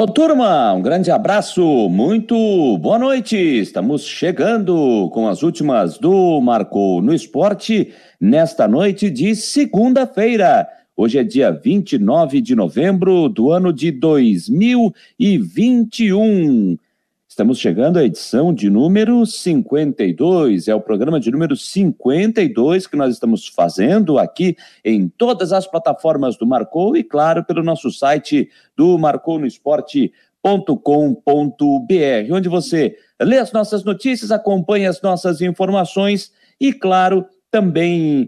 Alô, turma, um grande abraço, muito boa noite. Estamos chegando com as últimas do Marcou no Esporte nesta noite de segunda-feira. Hoje é dia 29 de novembro do ano de 2021. Estamos chegando à edição de número 52, é o programa de número 52 que nós estamos fazendo aqui em todas as plataformas do Marcou e, claro, pelo nosso site do marcounoesporte.com.br, onde você lê as nossas notícias, acompanha as nossas informações e, claro, também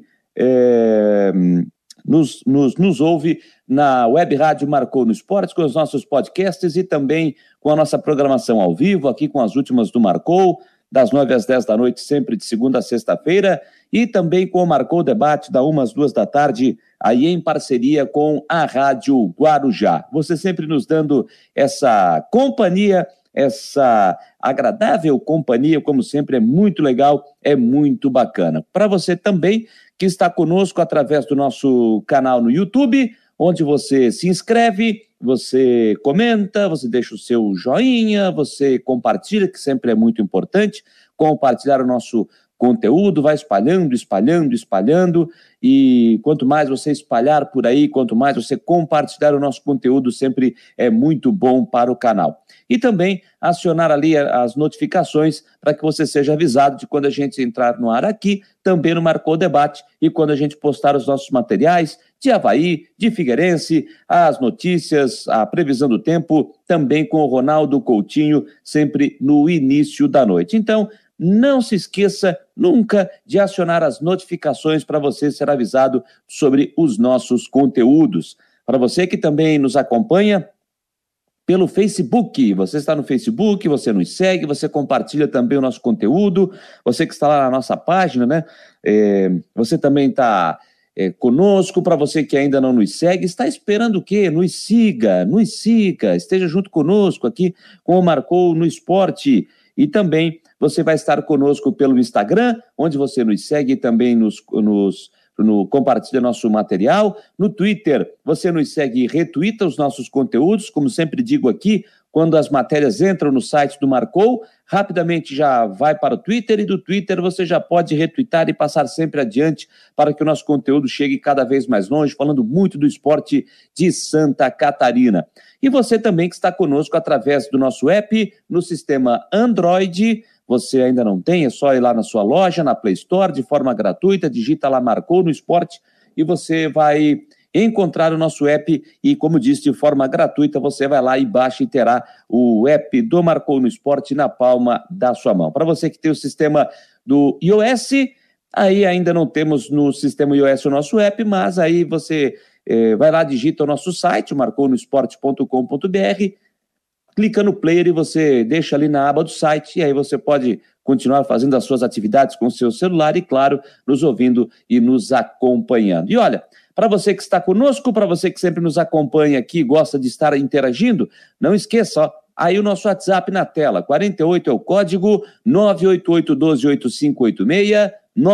nos ouve na web rádio Marcou no Esporte, com os nossos podcasts e também com a nossa programação ao vivo, aqui com as últimas do Marcou, das 9 às 10 da noite, sempre de segunda a sexta-feira, e também com o Marcou Debate, da 1 às 2 da tarde, aí em parceria com a Rádio Guarujá. Você sempre nos dando essa companhia, essa agradável companhia, como sempre, é muito legal, é muito bacana. Para você também que está conosco através do nosso canal no YouTube, onde você se inscreve, você comenta, você deixa o seu joinha, você compartilha, que sempre é muito importante, compartilhar o nosso conteúdo, vai espalhando, e quanto mais você espalhar por aí, quanto mais você compartilhar o nosso conteúdo, sempre é muito bom para o canal. E também acionar ali as notificações para que você seja avisado de quando a gente entrar no ar aqui, também no Marcou Debate, e quando a gente postar os nossos materiais de Avaí, de Figueirense, as notícias, a previsão do tempo, também com o Ronaldo Coutinho, sempre no início da noite. Então, não se esqueça nunca de acionar as notificações para você ser avisado sobre os nossos conteúdos. Para você que também nos acompanha pelo Facebook, você está no Facebook, você nos segue, você compartilha também o nosso conteúdo, você que está lá na nossa página, né? Você também está conosco. Para você que ainda não nos segue, está esperando o quê? Nos siga, esteja junto conosco aqui com o Marcou no Esporte. E também você vai estar conosco pelo Instagram, onde você nos segue e também compartilha nosso material. No Twitter, você nos segue e retuita os nossos conteúdos. Como sempre digo aqui, quando as matérias entram no site do Marcou, rapidamente já vai para o Twitter, e do Twitter você já pode retuitar e passar sempre adiante para que o nosso conteúdo chegue cada vez mais longe, falando muito do esporte de Santa Catarina. E você também que está conosco através do nosso app, no sistema Android. Você ainda não tem, é só ir lá na sua loja, na Play Store, de forma gratuita, digita lá Marcou no Esporte e você vai encontrar o nosso app e, como disse, de forma gratuita, você vai lá e baixa e terá o app do Marcou no Esporte na palma da sua mão. Para você que tem o sistema do iOS, aí ainda não temos no sistema iOS o nosso app, mas aí você vai lá, digita o nosso site, marcounoesporte.com.br, clica no player e você deixa ali na aba do site, e aí você pode continuar fazendo as suas atividades com o seu celular e, claro, nos ouvindo e nos acompanhando. E olha, para você que está conosco, para você que sempre nos acompanha aqui, gosta de estar interagindo, não esqueça, ó, aí o nosso WhatsApp na tela, 48 é o código, 988128586,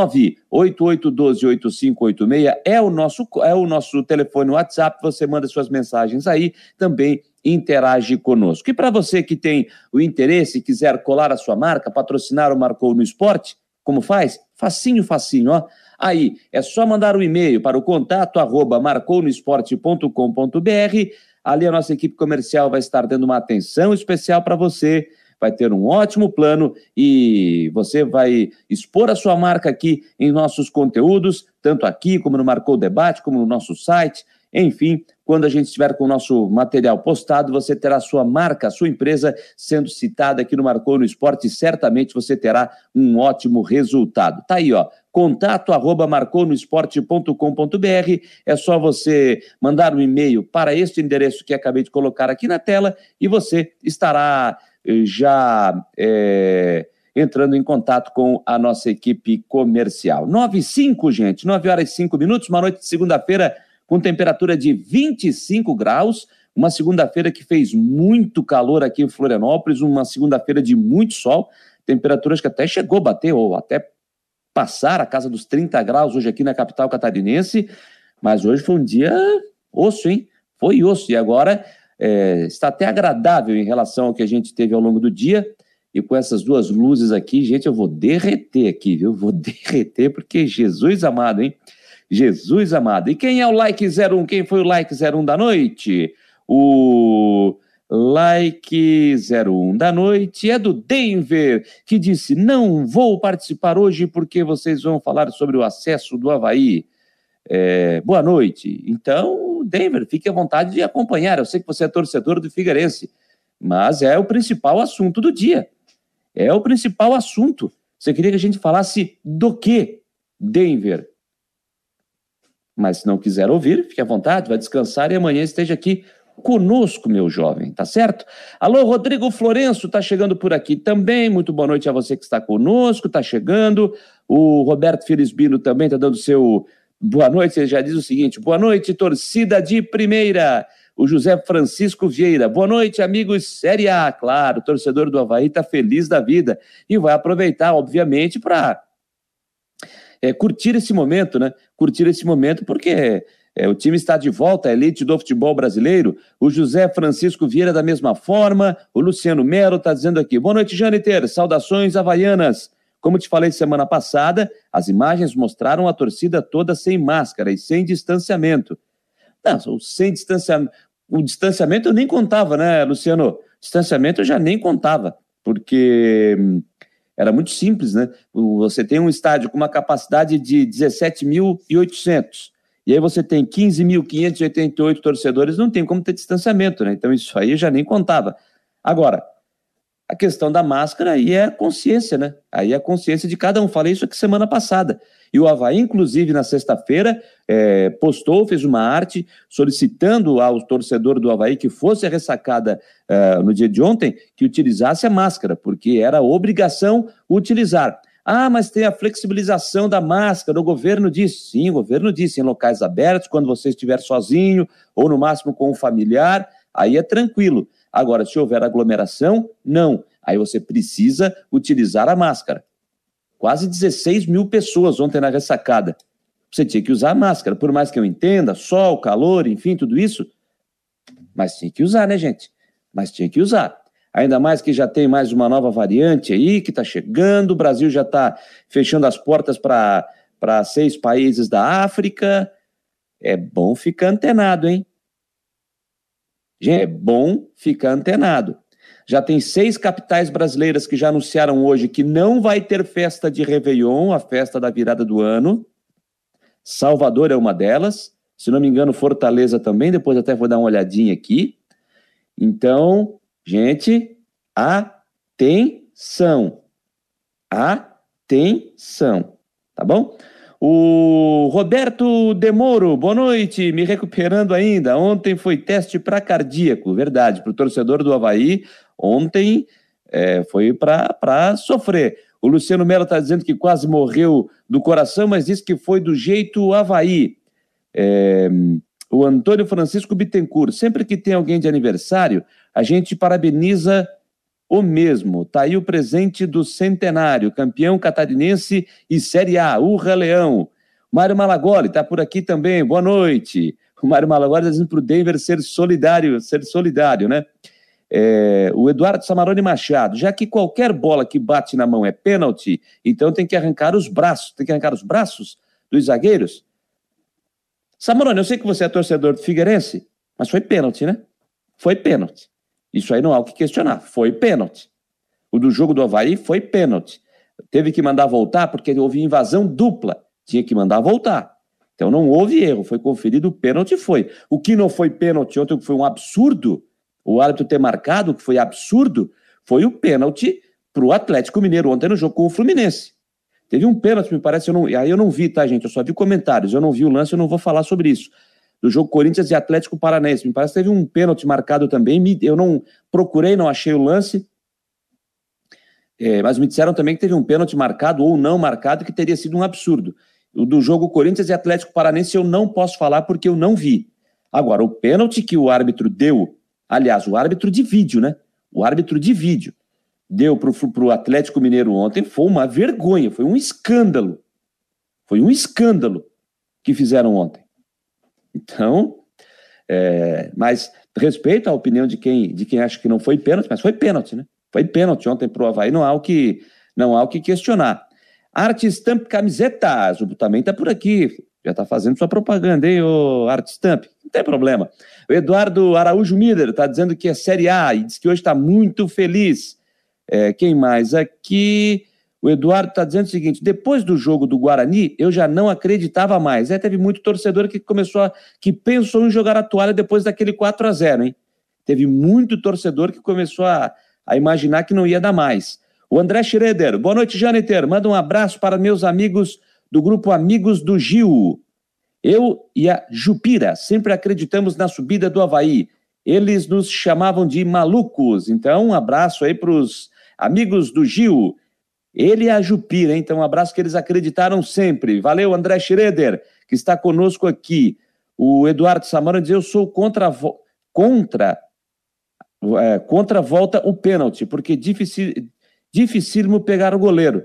988128586 é o nosso telefone WhatsApp. Você manda suas mensagens aí, também interage conosco. E para você que tem o interesse e quiser colar a sua marca, patrocinar o Marcou no Esporte, como faz? Facinho, ó. Aí é só mandar um e-mail para o contato @marcounoesporte.com.br. Ali a nossa equipe comercial vai estar dando uma atenção especial para você, vai ter um ótimo plano e você vai expor a sua marca aqui em nossos conteúdos, tanto aqui como no Marcou Debate, como no nosso site. Enfim, quando a gente estiver com o nosso material postado, você terá a sua marca, a sua empresa sendo citada aqui no Marcou no Esporte, e certamente você terá um ótimo resultado. Tá aí, ó, contato @marcounoesporte.com.br, é só você mandar um e-mail para este endereço que acabei de colocar aqui na tela e você estará já entrando em contato com a nossa equipe comercial. 9h05, gente, 9h05, uma noite de segunda-feira com temperatura de 25 graus, uma segunda-feira que fez muito calor aqui em Florianópolis, uma segunda-feira de muito sol, temperaturas que até chegou a bater, ou até passar a casa dos 30 graus hoje aqui na capital catarinense, mas hoje foi um dia osso, hein? Foi osso, e agora está até agradável em relação ao que a gente teve ao longo do dia. E com essas duas luzes aqui, gente, eu vou derreter aqui, viu? Vou derreter, porque Jesus amado, hein? Jesus amado. E quem é o like 01? Quem foi o like 01 da noite? O like 01 da noite é do Denver, que disse: não vou participar hoje porque vocês vão falar sobre o acesso do Avaí. Boa noite. Então, Denver, fique à vontade de acompanhar. Eu sei que você é torcedor do Figueirense, mas é o principal assunto do dia. É o principal assunto. Você queria que a gente falasse do quê, Denver? Mas se não quiser ouvir, fique à vontade, vai descansar e amanhã esteja aqui conosco, meu jovem, tá certo? Alô, Rodrigo Florenço tá chegando por aqui também. Muito boa noite a você que está conosco, tá chegando. O Roberto Felizbino também tá dando seu boa noite. Ele já diz o seguinte: boa noite, torcida de primeira. O José Francisco Vieira: boa noite, amigos Série A. Claro, o torcedor do Avaí está feliz da vida e vai aproveitar, obviamente, para curtir esse momento, né? Curtir esse momento porque o time está de volta, a elite do futebol brasileiro. O José Francisco Vieira da mesma forma. O Luciano Melo está dizendo aqui: boa noite, Jâniter, saudações havaianas. Como te falei semana passada, as imagens mostraram a torcida toda sem máscara e sem distanciamento. Não, sem distanciamento. O distanciamento eu nem contava, né, Luciano? Distanciamento eu já nem contava, porque era muito simples, né? Você tem um estádio com uma capacidade de 17.800, e aí você tem 15.588 torcedores, não tem como ter distanciamento, né? Então isso aí eu já nem contava. Agora, a questão da máscara aí é a consciência, né? Aí é a consciência de cada um. Falei isso aqui semana passada. E o Avaí, inclusive, na sexta-feira, postou, fez uma arte solicitando ao torcedor do Avaí que fosse a ressacada no dia de ontem, que utilizasse a máscara, porque era obrigação utilizar. Ah, mas tem a flexibilização da máscara, o governo disse. Sim, o governo disse, em locais abertos, quando você estiver sozinho, ou no máximo com um familiar, aí é tranquilo. Agora, se houver aglomeração, não. Aí você precisa utilizar a máscara. Quase 16 mil pessoas ontem na ressacada. Você tinha que usar a máscara, por mais que eu entenda, sol, calor, enfim, tudo isso. Mas tinha que usar, né, gente? Mas tinha que usar. Ainda mais que já tem mais uma nova variante aí, que está chegando. O Brasil já está fechando as portas para 6 países da África. É bom ficar antenado, hein? Gente, é bom ficar antenado. Já tem 6 capitais brasileiras que já anunciaram hoje que não vai ter festa de Réveillon, a festa da virada do ano. Salvador é uma delas. Se não me engano, Fortaleza também. Depois até vou dar uma olhadinha aqui. Então, gente, atenção. Atenção. Tá bom? O Roberto Demoro, boa noite, me recuperando ainda. Ontem foi teste para cardíaco, verdade, para o torcedor do Avaí. Ontem foi para sofrer. O Luciano Melo está dizendo que quase morreu do coração, mas disse que foi do jeito Avaí. O Antônio Francisco Bittencourt: sempre que tem alguém de aniversário, a gente parabeniza o mesmo. Tá aí o presente do centenário, campeão catarinense e Série A, Urra Leão. Mário Malagoli está por aqui também, boa noite. O Mário Malagoli está dizendo para o Denver ser solidário, né? O Eduardo Samarone Machado: já que qualquer bola que bate na mão é pênalti, então tem que arrancar os braços dos zagueiros. Samarone, eu sei que você é torcedor do Figueirense, mas foi pênalti, né? Foi pênalti. Isso aí não há o que questionar, foi pênalti. O do jogo do Avaí foi pênalti. Teve que mandar voltar porque houve invasão dupla, tinha que mandar voltar. Então não houve erro, foi conferido o pênalti, foi. O que não foi pênalti ontem, que foi um absurdo, o árbitro ter marcado, que foi absurdo, foi o pênalti para o Atlético Mineiro ontem no jogo com o Fluminense. Teve um pênalti, me parece, aí eu não vi, tá, gente? Eu só vi comentários, eu não vi o lance, eu não vou falar sobre isso. Do jogo Corinthians e Atlético Paranaense, me parece que teve um pênalti marcado também, eu não procurei, não achei o lance, mas me disseram também que teve um pênalti marcado ou não marcado, que teria sido um absurdo. O do jogo Corinthians e Atlético Paranaense eu não posso falar porque eu não vi. Agora, o pênalti que o árbitro deu, aliás, o árbitro de vídeo, né? O árbitro de vídeo deu pro Atlético Mineiro ontem, foi uma vergonha, foi um escândalo. Foi um escândalo que fizeram ontem. Então, Mas respeito a opinião de quem acha que não foi pênalti, mas foi pênalti, né? Foi pênalti ontem pro Avaí, não há o que questionar. Arte Stamp Camisetas, o também tá por aqui, já tá fazendo sua propaganda, hein, ô Arte Stamp, não tem problema. O Eduardo Araújo Miller tá dizendo que é Série A e diz que hoje tá muito feliz. Quem mais aqui? O Eduardo tá dizendo o seguinte: depois do jogo do Guarani, eu já não acreditava mais. Teve muito torcedor que pensou em jogar a toalha depois daquele 4-0, hein? Teve muito torcedor que começou a imaginar que não ia dar mais. O André Schroeder, boa noite, Jâniter. Manda um abraço para meus amigos do grupo Amigos do Gil. Eu e a Jupira sempre acreditamos na subida do Avaí. Eles nos chamavam de malucos. Então, um abraço aí para os amigos do Gil. Ele e a Jupira, hein? Então, um abraço que eles acreditaram sempre. Valeu, André Schroeder, que está conosco aqui. O Eduardo Samara diz: eu sou contra a volta o pênalti, porque dificílimo pegar o goleiro.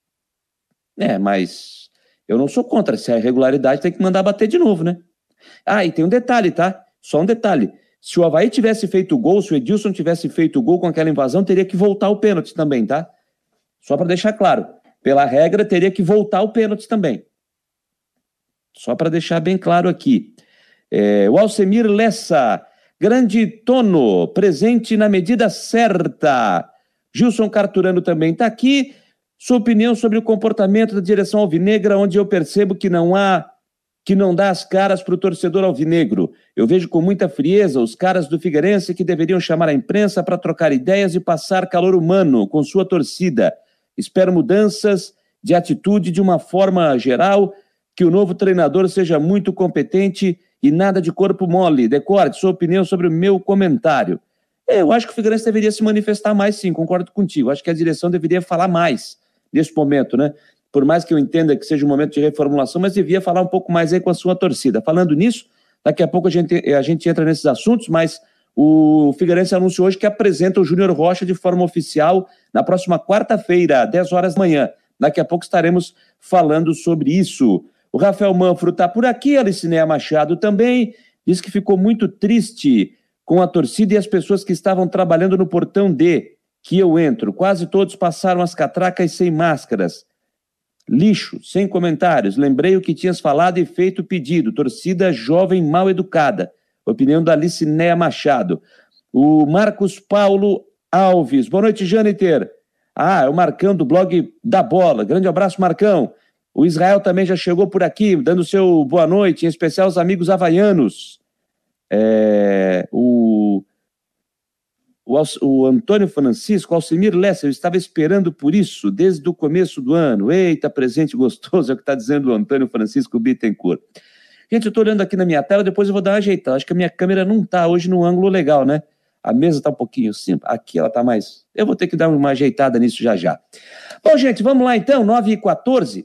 Mas eu não sou contra. Se é irregularidade, tem que mandar bater de novo, né? E tem um detalhe, tá? Só um detalhe. Se o Avaí tivesse feito o gol, se o Edilson tivesse feito o gol com aquela invasão, teria que voltar o pênalti também, tá? Só para deixar claro. Pela regra, teria que voltar o pênalti também. Só para deixar bem claro aqui. O Alcemir Lessa, grande Tono, presente na medida certa. Gilson Carturano também está aqui. Sua opinião sobre o comportamento da direção alvinegra, onde eu percebo que não dá as caras para o torcedor alvinegro. Eu vejo com muita frieza os caras do Figueirense que deveriam chamar a imprensa para trocar ideias e passar calor humano com sua torcida. Espero mudanças de atitude de uma forma geral, que o novo treinador seja muito competente e nada de corpo mole. Decorde sua opinião sobre o meu comentário. Eu acho que o Figueirense deveria se manifestar mais, sim, concordo contigo. Acho que a direção deveria falar mais nesse momento, né? Por mais que eu entenda que seja um momento de reformulação, mas devia falar um pouco mais aí com a sua torcida. Falando nisso, daqui a pouco a gente entra nesses assuntos, mas o Figueirense anunciou hoje que apresenta o Júnior Rocha de forma oficial na próxima quarta-feira, 10 horas da manhã. Daqui a pouco estaremos falando sobre isso. O Rafael Manfro está por aqui, a Licinéia Machado também, diz que ficou muito triste com a torcida e as pessoas que estavam trabalhando no portão D, que eu entro. Quase todos passaram as catracas sem máscaras. Lixo, sem comentários. Lembrei o que tinhas falado e feito o pedido. Torcida jovem mal educada. Opinião da Licinéia Machado. O Marcos Paulo Alves. Boa noite, Jâniter. É o Marcão do blog da Bola. Grande abraço, Marcão. O Israel também já chegou por aqui, dando seu boa noite, em especial aos amigos havaianos. O Antônio Francisco, Alcemir Lessa, eu estava esperando por isso desde o começo do ano. Eita, presente gostoso, é o que está dizendo o Antônio Francisco Bittencourt. Gente, eu estou olhando aqui na minha tela, depois eu vou dar uma ajeitada. Acho que a minha câmera não está hoje no ângulo legal, né? A mesa está um pouquinho simples. Aqui ela está mais... Eu vou ter que dar uma ajeitada nisso já. Bom, gente, vamos lá então, 9h14.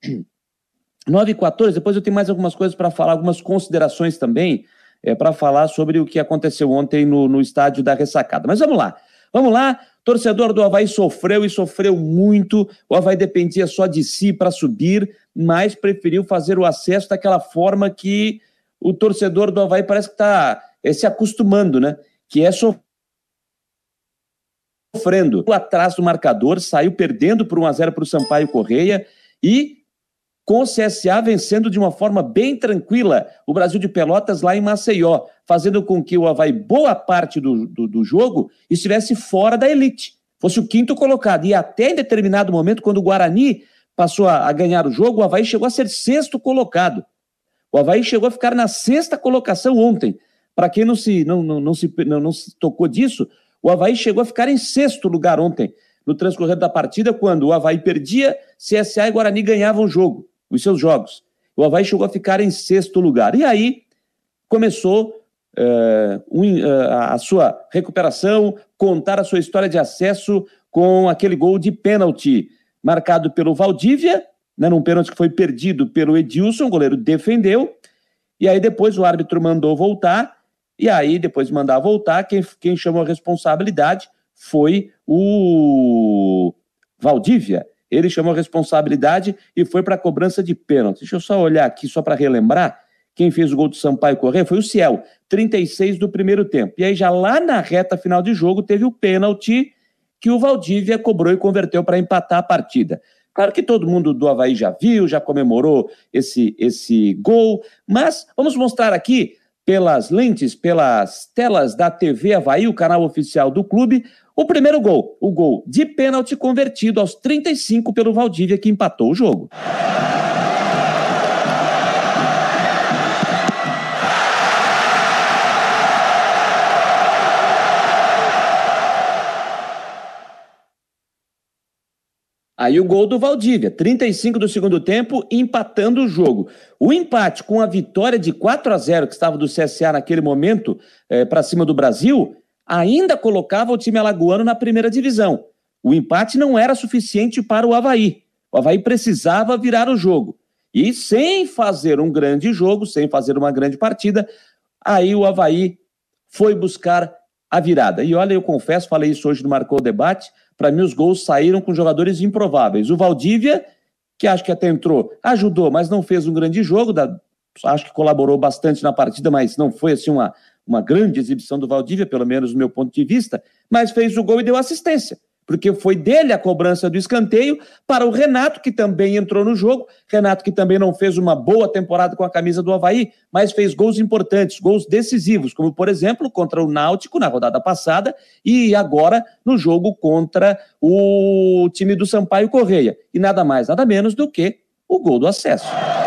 9h14, depois eu tenho mais algumas coisas para falar, algumas considerações também, para falar sobre o que aconteceu ontem no estádio da Ressacada. Mas vamos lá, torcedor do Avaí sofreu e sofreu muito, o Avaí dependia só de si para subir, mas preferiu fazer o acesso daquela forma que o torcedor do Avaí parece que está se acostumando, né? Que é sofrendo. Atrás do marcador, saiu perdendo por 1-0 para o Sampaio Correia e com o CSA vencendo de uma forma bem tranquila o Brasil de Pelotas lá em Maceió, fazendo com que o Avaí, boa parte do jogo, estivesse fora da elite, fosse o quinto colocado. E até em determinado momento, quando o Guarani passou a ganhar o jogo, o Avaí chegou a ser sexto colocado. O Avaí chegou a ficar na sexta colocação ontem. Para quem não se tocou disso, o Avaí chegou a ficar em sexto lugar ontem, no transcorrer da partida, quando o Avaí perdia, CSA e Guarani ganhavam o jogo, os seus jogos. O Avaí chegou a ficar em sexto lugar. E aí começou a sua recuperação, contar a sua história de acesso com aquele gol de pênalti marcado pelo Valdívia, né, num pênalti que foi perdido pelo Edilson, o goleiro defendeu, e aí depois o árbitro mandou voltar, e aí depois de mandar voltar, quem chamou a responsabilidade foi o Valdívia. Ele chamou a responsabilidade e foi para a cobrança de pênalti. Deixa eu só olhar aqui, só para relembrar, quem fez o gol do Sampaio Corrêa foi o Ciel. 36 do primeiro tempo. E aí já lá na reta final de jogo teve o pênalti que o Valdívia cobrou e converteu para empatar a partida. Claro que todo mundo do Avaí já viu, já comemorou esse gol, mas vamos mostrar aqui pelas lentes, pelas telas da TV Avaí, o canal oficial do clube, o primeiro gol, o gol de pênalti convertido aos 35 pelo Valdívia, que empatou o jogo. Aí o gol do Valdívia, 35 do segundo tempo, empatando o jogo. O empate com a vitória de 4-0 que estava do CSA naquele momento, para cima do Brasil, ainda colocava o time alagoano na primeira divisão. O empate não era suficiente para o Avaí. O Avaí precisava virar o jogo. E sem fazer um grande jogo, sem fazer uma grande partida, aí o Avaí foi buscar a virada. E olha, eu confesso, falei isso hoje no Marcou o Debate, para mim os gols saíram com jogadores improváveis. O Valdívia, que acho que até entrou, ajudou, mas não fez um grande jogo, acho que colaborou bastante na partida, mas não foi assim uma grande exibição do Valdívia, pelo menos do meu ponto de vista, mas fez o gol e deu assistência, porque foi dele a cobrança do escanteio para o Renato, que também entrou no jogo. Renato, que também não fez uma boa temporada com a camisa do Avaí, mas fez gols importantes, gols decisivos, como, por exemplo, contra o Náutico na rodada passada e agora no jogo contra o time do Sampaio Corrêa. E nada mais, nada menos do que o gol do acesso.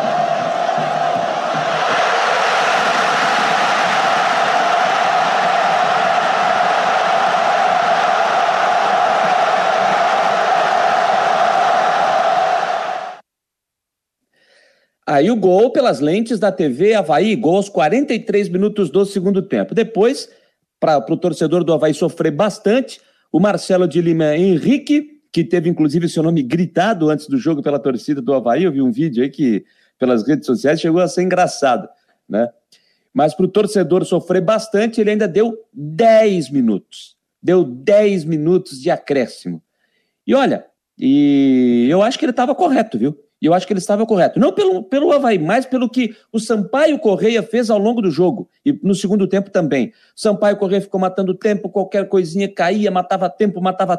Aí o gol pelas lentes da TV Avaí, gol aos 43 minutos do segundo tempo. Depois, para o torcedor do Avaí sofrer bastante, o Marcelo de Lima Henrique, que teve inclusive seu nome gritado antes do jogo pela torcida do Avaí, eu vi um vídeo aí que pelas redes sociais chegou a ser engraçado, né? Mas para o torcedor sofrer bastante, ele ainda deu 10 minutos. Deu 10 minutos de acréscimo. E olha, eu acho que ele estava correto, viu? E eu acho que ele estava correto. Não pelo Avaí, mas pelo que o Sampaio Corrêa fez ao longo do jogo. E no segundo tempo também. O Sampaio Corrêa ficou matando tempo, qualquer coisinha caía, matava tempo.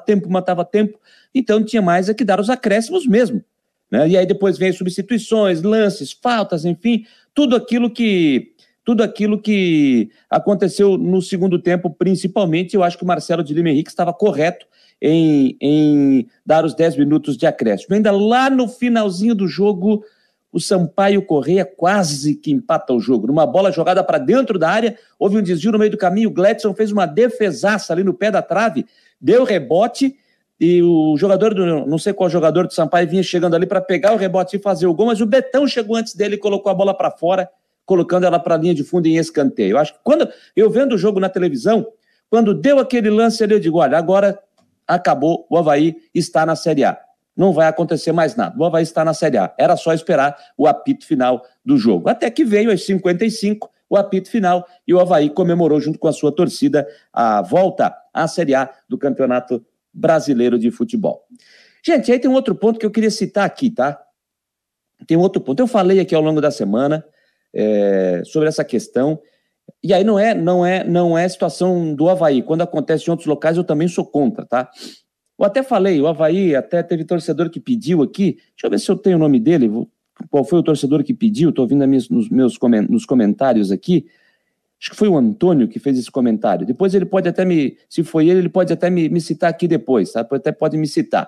Então tinha mais que dar os acréscimos mesmo, né? E aí depois vem substituições, lances, faltas, enfim, tudo aquilo que aconteceu no segundo tempo, principalmente. Eu acho que o Marcelo de Lima Henrique estava correto em dar os 10 minutos de acréscimo. Ainda lá no finalzinho do jogo, o Sampaio Corrêa quase que empata o jogo. Numa bola jogada para dentro da área, houve um desvio no meio do caminho, o Gledson fez uma defesaça ali no pé da trave, deu rebote, e o jogador, não sei qual jogador do Sampaio, vinha chegando ali para pegar o rebote e fazer o gol, mas o Betão chegou antes dele e colocou a bola para fora, colocando ela para a linha de fundo em escanteio. Eu acho que quando eu vendo o jogo na televisão, quando deu aquele lance ali, eu digo, olha, agora acabou, o Avaí está na Série A. Não vai acontecer mais nada, o Avaí está na Série A. Era só esperar o apito final do jogo. Até que veio às 55, o apito final, e o Avaí comemorou junto com a sua torcida a volta à Série A do Campeonato Brasileiro de Futebol. Gente, aí tem um outro ponto que eu queria citar aqui, tá? Tem um outro ponto. Eu falei aqui ao longo da semana sobre essa questão. E aí não é situação do Avaí. Quando acontece em outros locais, eu também sou contra, tá? Eu até falei, o Avaí até teve torcedor que pediu aqui. Deixa eu ver se eu tenho o nome dele. Qual foi o torcedor que pediu? Estou ouvindo nos comentários aqui. Acho que foi o Antônio que fez esse comentário. Depois ele pode até se foi ele pode até me citar aqui depois, tá? Até pode me citar.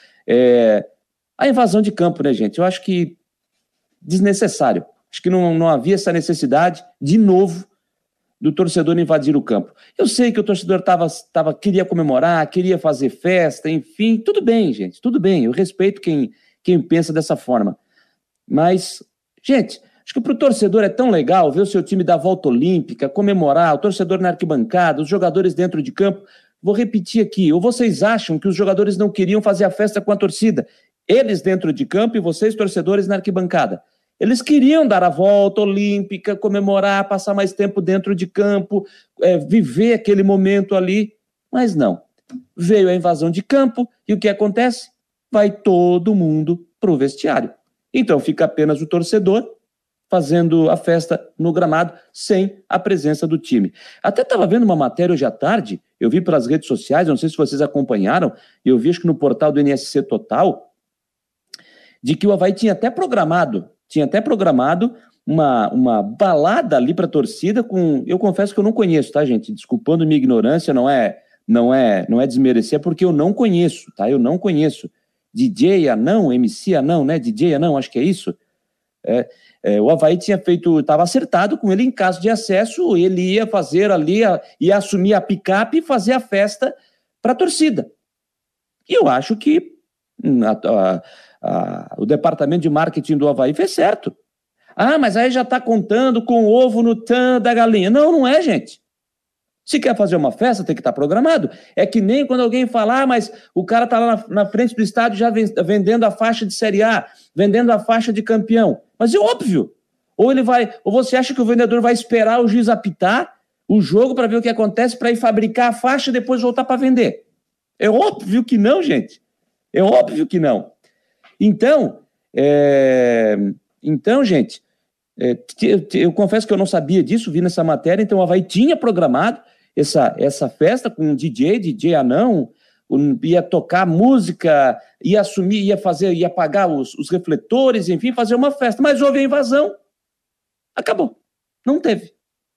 A invasão de campo, né, gente? Eu acho que desnecessário. Acho que não havia essa necessidade, de novo, do torcedor invadir o campo. Eu sei que o torcedor queria comemorar, queria fazer festa, enfim, tudo bem, gente, tudo bem, eu respeito quem pensa dessa forma. Mas, gente, acho que para o torcedor é tão legal ver o seu time dar volta olímpica, comemorar, o torcedor na arquibancada, os jogadores dentro de campo. Vou repetir aqui, ou vocês acham que os jogadores não queriam fazer a festa com a torcida? Eles dentro de campo e vocês, torcedores, na arquibancada. Eles queriam dar a volta olímpica, comemorar, passar mais tempo dentro de campo, viver aquele momento ali, mas não. Veio a invasão de campo e o que acontece? Vai todo mundo pro vestiário. Então fica apenas o torcedor fazendo a festa no gramado sem a presença do time. Até estava vendo uma matéria hoje à tarde, eu vi pelas redes sociais, não sei se vocês acompanharam, eu vi acho que no portal do NSC Total, de que o Avaí tinha até programado uma balada ali para a torcida com... Eu confesso que eu não conheço, tá, gente? Desculpando minha ignorância, não é desmerecer, porque eu não conheço, tá? Eu não conheço. DJ Anão, MC Anão, né? DJ Anão, acho que é isso. O Avaí estava acertado com ele em caso de acesso, ele ia fazer ali, ia assumir a picape e fazer a festa para a torcida. E eu acho que o departamento de marketing do Avaí fez certo. Mas aí já está contando com o ovo no tan da galinha. Não, não é, gente. Se quer fazer uma festa, tem que estar programado. É que nem quando alguém fala, mas o cara está lá na frente do estádio já vendendo a faixa de Série A, vendendo a faixa de campeão. Mas é óbvio. Ou você acha que o vendedor vai esperar o juiz apitar o jogo para ver o que acontece, para ir fabricar a faixa e depois voltar para vender? É óbvio que não, gente. É óbvio que não. Então, gente, eu confesso que eu não sabia disso, vi nessa matéria, então o Avaí tinha programado essa festa com um DJ Anão, ia tocar música, ia assumir, ia apagar os refletores, enfim, fazer uma festa, mas houve a invasão, acabou, não teve.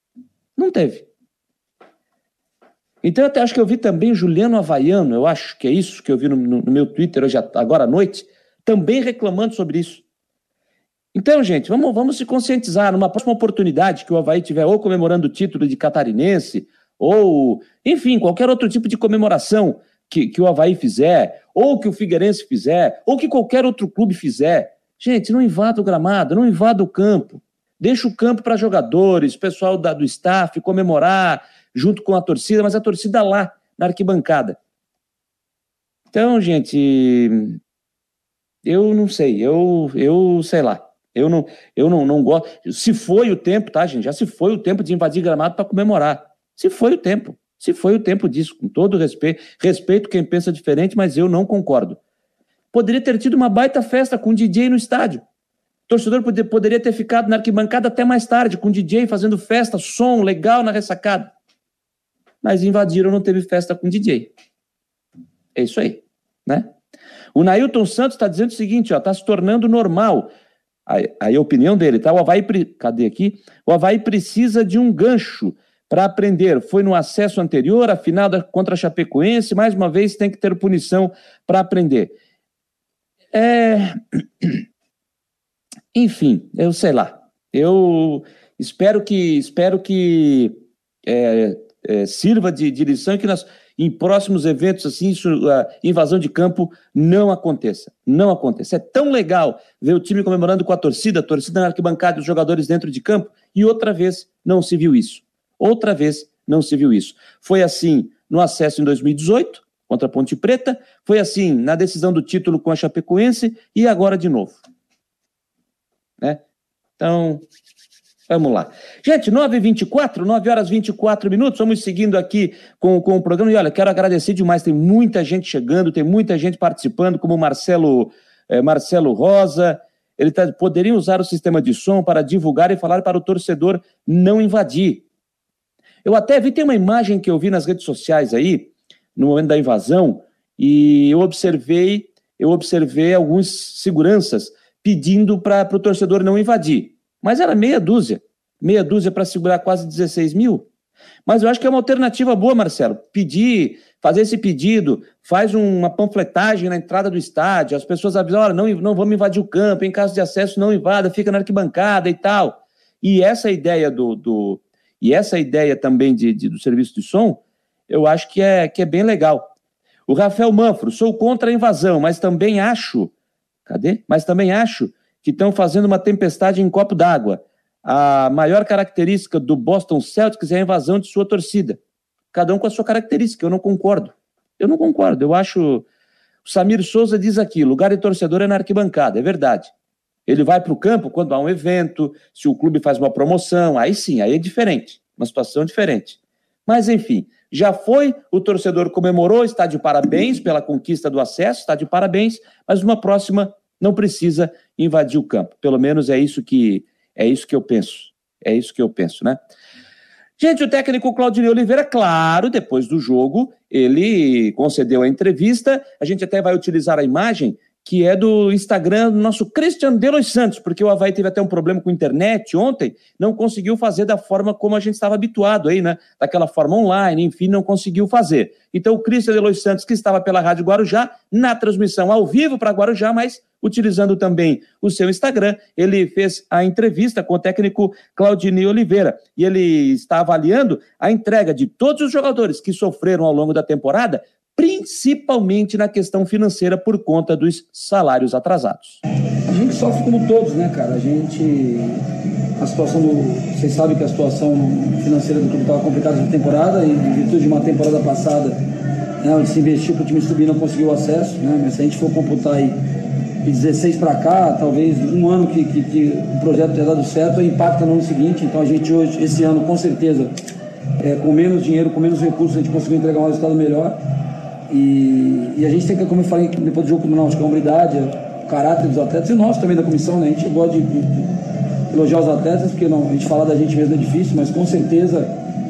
Então eu até acho que eu vi também Juliano Havaiano, eu acho que é isso que eu vi no meu Twitter hoje, agora à noite, também reclamando sobre isso. Então, gente, vamos se conscientizar. Numa próxima oportunidade que o Avaí tiver ou comemorando o título de catarinense, ou, enfim, qualquer outro tipo de comemoração que o Avaí fizer, ou que o Figueirense fizer, ou que qualquer outro clube fizer, gente, não invada o gramado, não invada o campo. Deixa o campo para jogadores, pessoal do staff comemorar junto com a torcida, mas a torcida lá, na arquibancada. Então, gente, eu não sei, eu sei lá. Eu não gosto. Se foi o tempo, tá, gente? Já se foi o tempo de invadir gramado para comemorar. Se foi o tempo disso, com todo respeito. Respeito quem pensa diferente, mas eu não concordo. Poderia ter tido uma baita festa com DJ no estádio. O torcedor poderia ter ficado na arquibancada até mais tarde, com DJ fazendo festa, som legal na ressacada. Mas invadiram, não teve festa com DJ. É isso aí, né? O Nailton Santos está dizendo o seguinte, está se tornando normal. Aí a opinião dele, tá? Cadê aqui? O Avaí precisa de um gancho para aprender. Foi no acesso anterior, a final contra a Chapecoense, mais uma vez tem que ter punição para aprender. Enfim, eu sei lá. Eu espero que sirva de lição, que em próximos eventos assim, a invasão de campo não aconteça. Não aconteça. É tão legal ver o time comemorando com a torcida na arquibancada, os jogadores dentro de campo, e outra vez não se viu isso. Foi assim no acesso em 2018, contra a Ponte Preta, foi assim na decisão do título com a Chapecoense, e agora de novo. Né? Então, vamos lá. Gente, 9 horas 24 minutos, vamos seguindo aqui com o programa. E olha, quero agradecer demais, tem muita gente chegando, tem muita gente participando, como o Marcelo Rosa. Poderiam usar o sistema de som para divulgar e falar para o torcedor não invadir. Eu até vi, tem uma imagem que eu vi nas redes sociais aí, no momento da invasão, e eu observei alguns seguranças pedindo para o torcedor não invadir. Mas era meia dúzia para segurar quase 16 mil. Mas eu acho que é uma alternativa boa, Marcelo, fazer esse pedido, faz uma panfletagem na entrada do estádio, as pessoas avisam, olha, não vamos invadir o campo, em caso de acesso não invada, fica na arquibancada e tal. E essa ideia também do serviço de som, eu acho que é bem legal. O Rafael Manfro, sou contra a invasão, mas também acho que estão fazendo uma tempestade em copo d'água. A maior característica do Boston Celtics é a invasão de sua torcida. Cada um com a sua característica, eu não concordo. Eu acho... O Samir Souza diz aqui, lugar de torcedor é na arquibancada, é verdade. Ele vai para o campo quando há um evento, se o clube faz uma promoção, aí sim, aí é diferente, uma situação diferente. Mas, enfim, já foi, o torcedor comemorou, está de parabéns pela conquista do acesso, está de parabéns, mas numa próxima não precisa invadir o campo. Pelo menos é isso que É isso que eu penso, né? Gente, o técnico Claudinei Oliveira, claro, depois do jogo, ele concedeu a entrevista, a gente até vai utilizar a imagem, que é do Instagram do nosso Christian de Los Santos, porque o Avaí teve até um problema com a internet ontem, não conseguiu fazer da forma como a gente estava habituado aí, né? Daquela forma online, enfim, não conseguiu fazer. Então o Christian de Los Santos, que estava pela Rádio Guarujá, na transmissão ao vivo para Guarujá, mas utilizando também o seu Instagram, ele fez a entrevista com o técnico Claudinei Oliveira, e ele está avaliando a entrega de todos os jogadores que sofreram ao longo da temporada, principalmente na questão financeira por conta dos salários atrasados. A gente sofre como todos, né, cara? Vocês sabem que a situação financeira do clube estava complicada na temporada, e em virtude de uma temporada passada, né, onde se investiu para o time subir, não conseguiu acesso, né? Mas se a gente for computar aí de 16 para cá, talvez um ano que o projeto tenha dado certo, impacta no ano seguinte. Então a gente hoje, esse ano, com certeza, com menos dinheiro, com menos recursos, a gente conseguiu entregar um resultado melhor. E a gente tem que, como eu falei depois do jogo, não, acho que a hombridade, o caráter dos atletas, e nós também da comissão, né? A gente gosta de elogiar os atletas, porque não, a gente falar da gente mesmo é difícil, mas com certeza,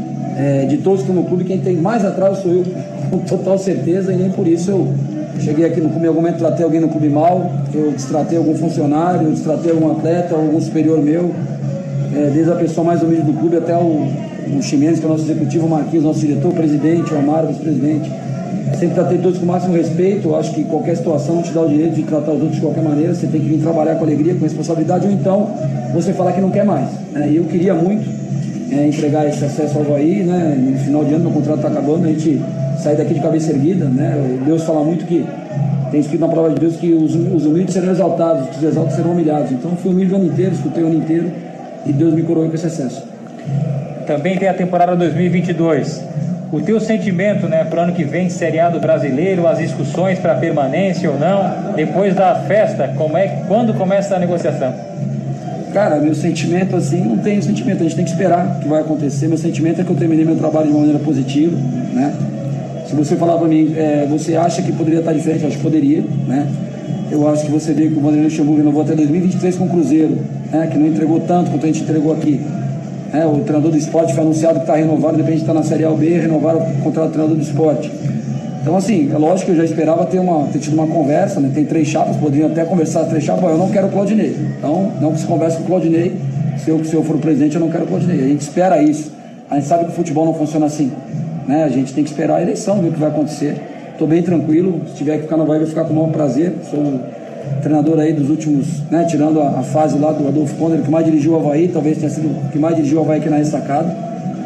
de todos que estão no clube, quem tem mais atraso sou eu, com total certeza, e nem por isso eu cheguei aqui no clube, em algum momento tratei alguém no clube mal, eu destratei algum funcionário, eu destratei algum atleta, algum superior meu, desde a pessoa mais humilde do clube até o Ximenes, que é o nosso executivo, o Marquinhos, nosso diretor, o presidente, o Amaro, vice-presidente. Sempre tratei todos com o máximo respeito. Eu acho que qualquer situação não te dá o direito de tratar os outros de qualquer maneira. Você tem que vir trabalhar com alegria, com responsabilidade, ou então você falar que não quer mais. E eu queria muito entregar esse acesso ao Avaí, né? No final de ano, meu contrato está acabando, a gente sair daqui de cabeça erguida, né? Deus fala muito que tem escrito na palavra de Deus que os humildes serão exaltados, os exaltos serão humilhados. Então eu fui humilde o ano inteiro, escutei o ano inteiro, e Deus me coroou com esse acesso. Também tem a temporada 2022. O teu sentimento, né, para o ano que vem, Série A do Brasileiro, as discussões para permanência ou não, depois da festa, quando começa a negociação? Cara, meu sentimento, assim, não tem sentimento, a gente tem que esperar o que vai acontecer. Meu sentimento é que eu terminei meu trabalho de uma maneira positiva, né? Se você falar para mim, você acha que poderia estar diferente? Eu acho que poderia, né? Eu acho que você vê que o Vanderlei Luxemburgo renovou até 2023 com o Cruzeiro, né? Que não entregou tanto quanto a gente entregou aqui. O treinador do esporte foi anunciado que está renovado, de repente está na Série A ou B, renovaram o contrato do treinador do esporte. Então, assim, é lógico que eu já esperava ter tido uma conversa, né? Tem 3 chapas, poderiam até conversar as 3 chapas, eu não quero o Claudinei. Então, não que se converse com o Claudinei, se eu for o presidente, eu não quero o Claudinei. A gente espera isso. A gente sabe que o futebol não funciona assim, né? A gente tem que esperar a eleição, ver o que vai acontecer. Estou bem tranquilo, se tiver que ficar no Avaí, eu vou ficar com o maior prazer. Sou treinador aí dos últimos, né, tirando a fase lá do Adolfo Conde, que mais dirigiu o Avaí, talvez tenha sido o que mais dirigiu o Avaí aqui na ressacada,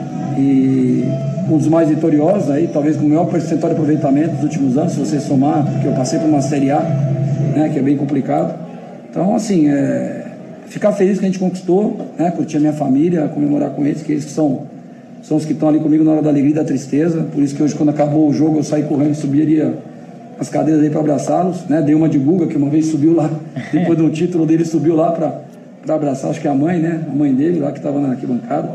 e um dos mais vitoriosos aí, talvez com o maior percentual de aproveitamento dos últimos anos, se você somar, porque eu passei por uma Série A, né, que é bem complicado. Então, assim, ficar feliz que a gente conquistou, né, curtir a minha família, comemorar com eles, que eles que são os que estão ali comigo na hora da alegria e da tristeza. Por isso que hoje, quando acabou o jogo, eu saí correndo e subiria as cadeiras aí para abraçá-los, né? Dei uma de Guga, que uma vez subiu lá, depois do título dele, subiu lá para abraçar, acho que a mãe, né? A mãe dele lá, que estava na arquibancada.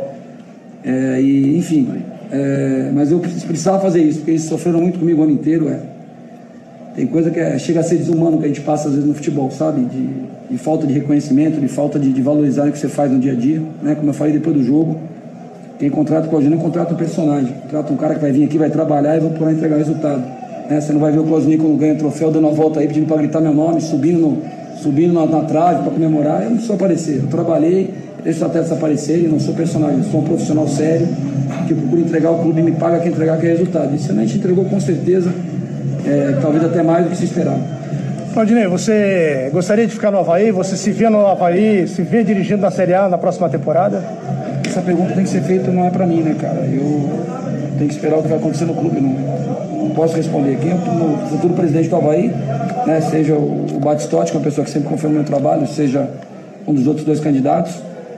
Enfim, mas eu precisava fazer isso, porque eles sofreram muito comigo o ano inteiro. Tem coisa que chega a ser desumano que a gente passa às vezes no futebol, sabe? De falta de reconhecimento, de falta de valorizar o que você faz no dia a dia, né? Como eu falei depois do jogo, quem contrata com a gente não contrata um personagem, contrata um cara que vai vir aqui, vai trabalhar e vai procurar entregar resultado. Você não vai ver o Claudinei quando ganha o troféu dando uma volta aí, pedindo para gritar meu nome, subindo na trave para comemorar. Eu não preciso aparecer, eu trabalhei, deixo os atletas aparecerem, eu não sou personagem, eu sou um profissional sério, que procura entregar o clube e me paga quem entregar aquele resultado. Isso a gente entregou com certeza, talvez até mais do que se esperava. Claudinei, você gostaria de ficar no Avaí? Você se vê no Avaí, se vê dirigindo na Série A na próxima temporada? Essa pergunta tem que ser feita, não é para mim, né, cara? Eu tenho que esperar o que vai acontecer no clube, não posso responder. Quem é o futuro presidente do Avaí, né, seja o Batistotti, que é uma pessoa que sempre confia no meu trabalho, seja um dos outros 2 candidatos,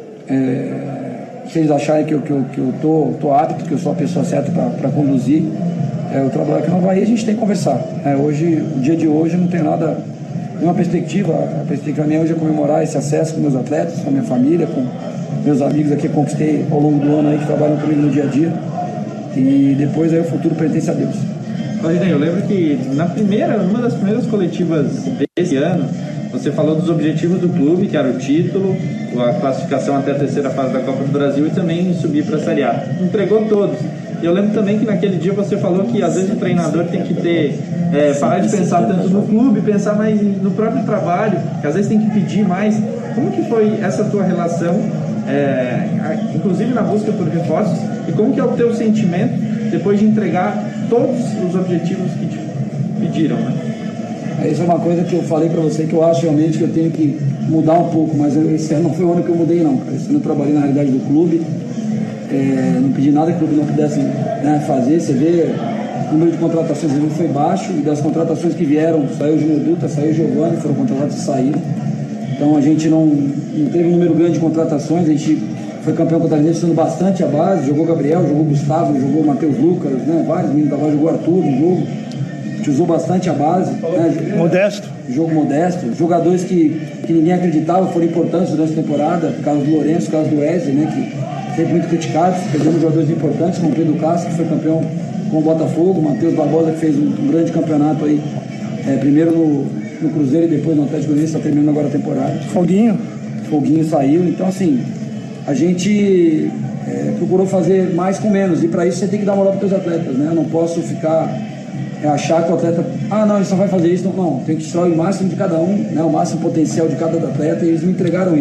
se eles acharem que eu tô apto, que eu sou a pessoa certa para conduzir o trabalho aqui no Avaí, a gente tem que conversar. Hoje, o dia de hoje, não tem nada, nenhuma perspectiva. A perspectiva minha hoje é comemorar esse acesso com meus atletas, com a minha família, com meus amigos aqui que conquistei ao longo do ano aí, que trabalham comigo no dia a dia. E depois aí o futuro pertence a Deus. Claudinei, eu lembro que numa das primeiras coletivas desse ano, Você falou dos objetivos do clube, que era o título, a classificação até a terceira fase da Copa do Brasil e também subir para a Série A. Entregou todos. E eu lembro também que naquele dia você falou que às vezes o treinador tem que ter, parar de pensar tanto no clube, pensar mais no próprio trabalho, que às vezes tem que pedir mais. Como que foi essa tua relação, inclusive na busca por reforços, e como que é o teu sentimento depois de entregar todos os objetivos que te pediram, né? Isso é uma coisa que eu falei para você que eu acho realmente que eu tenho que mudar um pouco, mas esse ano não foi o ano que eu mudei não, cara. Esse ano eu trabalhei na realidade do clube, não pedi nada que o clube não pudesse, né, fazer. Você vê, o número de contratações foi baixo, e das contratações que vieram, saiu o Júnior Dutra, saiu o Giovanni, foram contratados e saíram. Então a gente não teve um número grande de contratações, a gente foi campeão catarinense usando bastante a base, jogou Gabriel, jogou Gustavo, jogou Matheus Lucas, né, vários meninos da base, jogou Arthur no jogo. A gente usou bastante a base, né? Modesto. Jogo modesto. Jogadores que ninguém acreditava foram importantes durante a temporada. O caso do Lourenço, o caso do Wesley, né? Que sempre muito criticados. Perdemos jogadores importantes, como o Pedro Castro, que foi campeão com o Botafogo. O Matheus Barbosa, que fez um grande campeonato aí. Primeiro no Cruzeiro e depois no Atlético Goianiense, está terminando agora a temporada. Foguinho saiu. Então, assim, a gente procurou fazer mais com menos. E para isso você tem que dar moral para os teus atletas, né? Eu não posso ficar... achar que o atleta, não, ele só vai fazer isso, não, tem que tirar o máximo de cada um, né, o máximo potencial de cada atleta, e eles me entregaram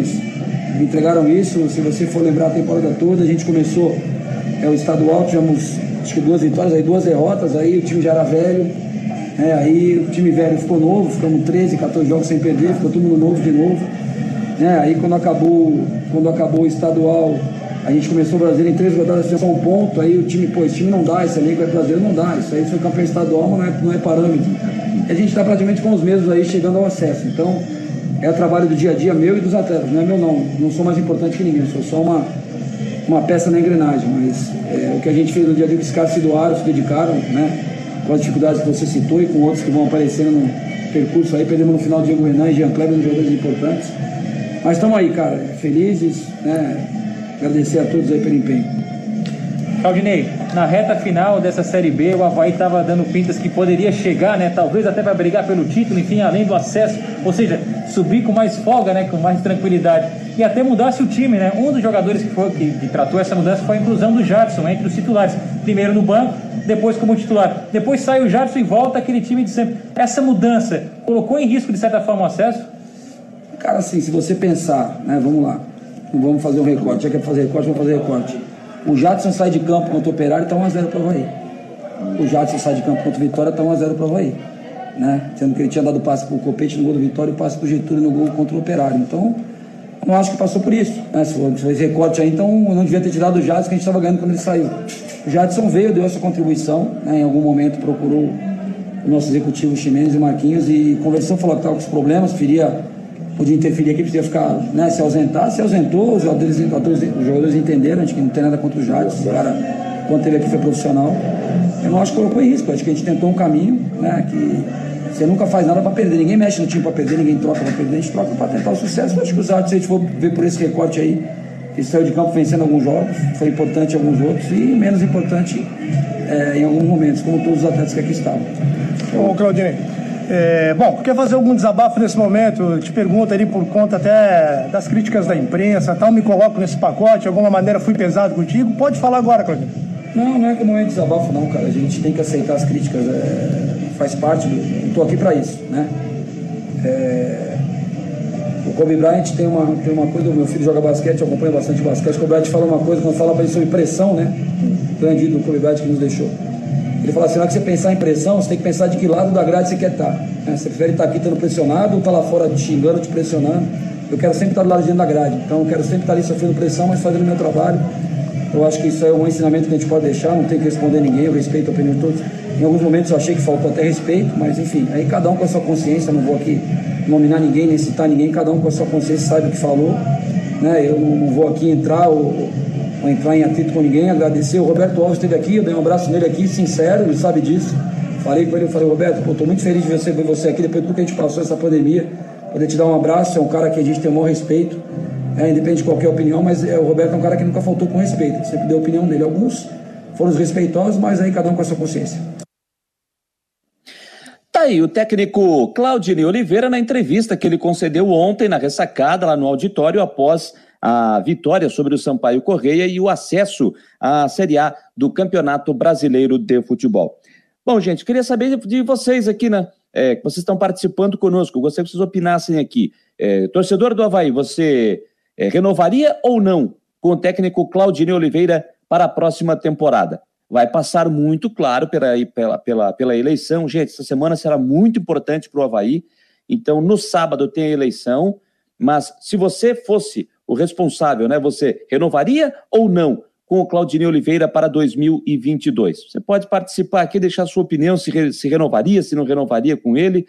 isso. Se você for lembrar a temporada toda, a gente começou o estadual, tivemos acho que 2 vitórias, aí 2 derrotas, aí o time já era velho, aí o time velho ficou novo, ficamos 13, 14 jogos sem perder, ficou todo mundo novo de novo, aí quando acabou o estadual, a gente começou o brasileiro em 3 rodadas, só um ponto, aí o time, esse time não dá, esse elenco brasileiro não dá, isso aí foi campeão estadual, mas não é parâmetro. E a gente está praticamente com os mesmos aí chegando ao acesso. Então, é o trabalho do dia a dia meu e dos atletas, não é meu não sou mais importante que ninguém, sou só uma peça na engrenagem, mas o que a gente fez no dia a dia, que os caras se doaram, se dedicaram, né, com as dificuldades que você citou e com outros que vão aparecendo no percurso aí, perdemos no final Diego Renan e Jean Kleber, jogadores importantes, mas estamos aí, cara, felizes, né. Agradecer a todos aí pelo empenho. Claudinei, na reta final dessa Série B, o Avaí estava dando pintas que poderia chegar, né? Talvez até para brigar pelo título, enfim, além do acesso, ou seja, subir com mais folga, né? Com mais tranquilidade. E até mudasse o time, né? Um dos jogadores que tratou essa mudança foi a inclusão do Jadson entre os titulares. Primeiro no banco, depois como titular. Depois sai o Jadson e volta aquele time de sempre. Essa mudança colocou em risco, de certa forma, o acesso? Cara, assim, se você pensar, né? Vamos lá. Vamos fazer um recorte, já quer fazer recorte, vamos fazer recorte. O Jadson sai de campo contra o Operário, está 1-0 para o Avaí. O Jadson sai de campo contra o Vitória, está 1-0 para o Avaí, né? Sendo que ele tinha dado passe para o Copete no gol do Vitória e passe para o Getúlio no gol contra o Operário. Então, eu não acho que passou por isso, né? Se for esse recorte aí, então eu não devia ter tirado o Jadson, que a gente estava ganhando quando ele saiu. O Jadson veio, deu essa contribuição, né? Em algum momento procurou o nosso executivo Ximenes e Marquinhos e conversou, falou que estava com os problemas, podia interferir aqui, podia ficar, né, se ausentou, os jogadores entenderam, a gente não tem nada contra o Jadson, o cara, quando teve aqui, foi profissional. Eu não acho que colocou em risco, acho que a gente tentou um caminho, né, que você nunca faz nada para perder, ninguém mexe no time para perder, ninguém troca para perder, a gente troca para tentar o sucesso. Eu acho que o Jadson, se a gente for ver por esse recorte aí, ele saiu de campo vencendo alguns jogos, foi importante em alguns outros e menos importante em alguns momentos, como todos os atletas que aqui estavam. Ô, Claudinei, quer fazer algum desabafo nesse momento? Eu te pergunto ali por conta até das críticas da imprensa, tal, me coloco nesse pacote, de alguma maneira fui pesado contigo? Pode falar agora, Claudinei. Não é que não é desabafo não, cara, a gente tem que aceitar as críticas, faz parte estou aqui para isso, né? O Kobe Bryant tem uma coisa, o meu filho joga basquete, eu acompanho bastante basquete, o Kobe Bryant fala uma coisa, quando fala para ele sobre pressão, né? O grande do Kobe Bryant que nos deixou. Ele fala assim, na hora que você pensar em pressão, você tem que pensar de que lado da grade você quer estar. Né? Você prefere estar aqui estando pressionado ou estar lá fora te xingando, te pressionando. Eu quero sempre estar do lado de dentro da grade. Então eu quero sempre estar ali sofrendo pressão, mas fazendo o meu trabalho. Eu acho que isso é um ensinamento que a gente pode deixar, não tem que responder ninguém, eu respeito a opinião de todos. Em alguns momentos eu achei que faltou até respeito, mas enfim, aí cada um com a sua consciência, não vou aqui nominar ninguém, nem citar ninguém, cada um com a sua consciência sabe o que falou. Né? Eu não vou aqui entrar ou entrar em atrito com ninguém, agradecer. O Roberto Alves esteve aqui, eu dei um abraço nele aqui, sincero, ele sabe disso. Falei com ele, Roberto, estou muito feliz de ver você aqui, depois de tudo que a gente passou, essa pandemia, poder te dar um abraço, é um cara que a gente tem o maior respeito, independente de qualquer opinião, mas o Roberto é um cara que nunca faltou com respeito, sempre deu a opinião dele. Alguns foram os respeitosos, mas aí cada um com a sua consciência. Tá aí o técnico Claudinei Oliveira na entrevista que ele concedeu ontem na ressacada lá no auditório após a vitória sobre o Sampaio Corrêa e o acesso à Série A do Campeonato Brasileiro de Futebol. Bom, gente, queria saber de vocês aqui, né? Que vocês estão participando conosco. Gostaria que vocês opinassem aqui. Torcedor do Avaí, você renovaria ou não com o técnico Claudinei Oliveira para a próxima temporada? Vai passar muito claro pela eleição. Gente, essa semana será muito importante para o Avaí. Então, no sábado tem a eleição, mas se você fosse o responsável, né? Você renovaria ou não com o Claudinei Oliveira para 2022? Você pode participar aqui, deixar sua opinião, se renovaria, se não renovaria com ele.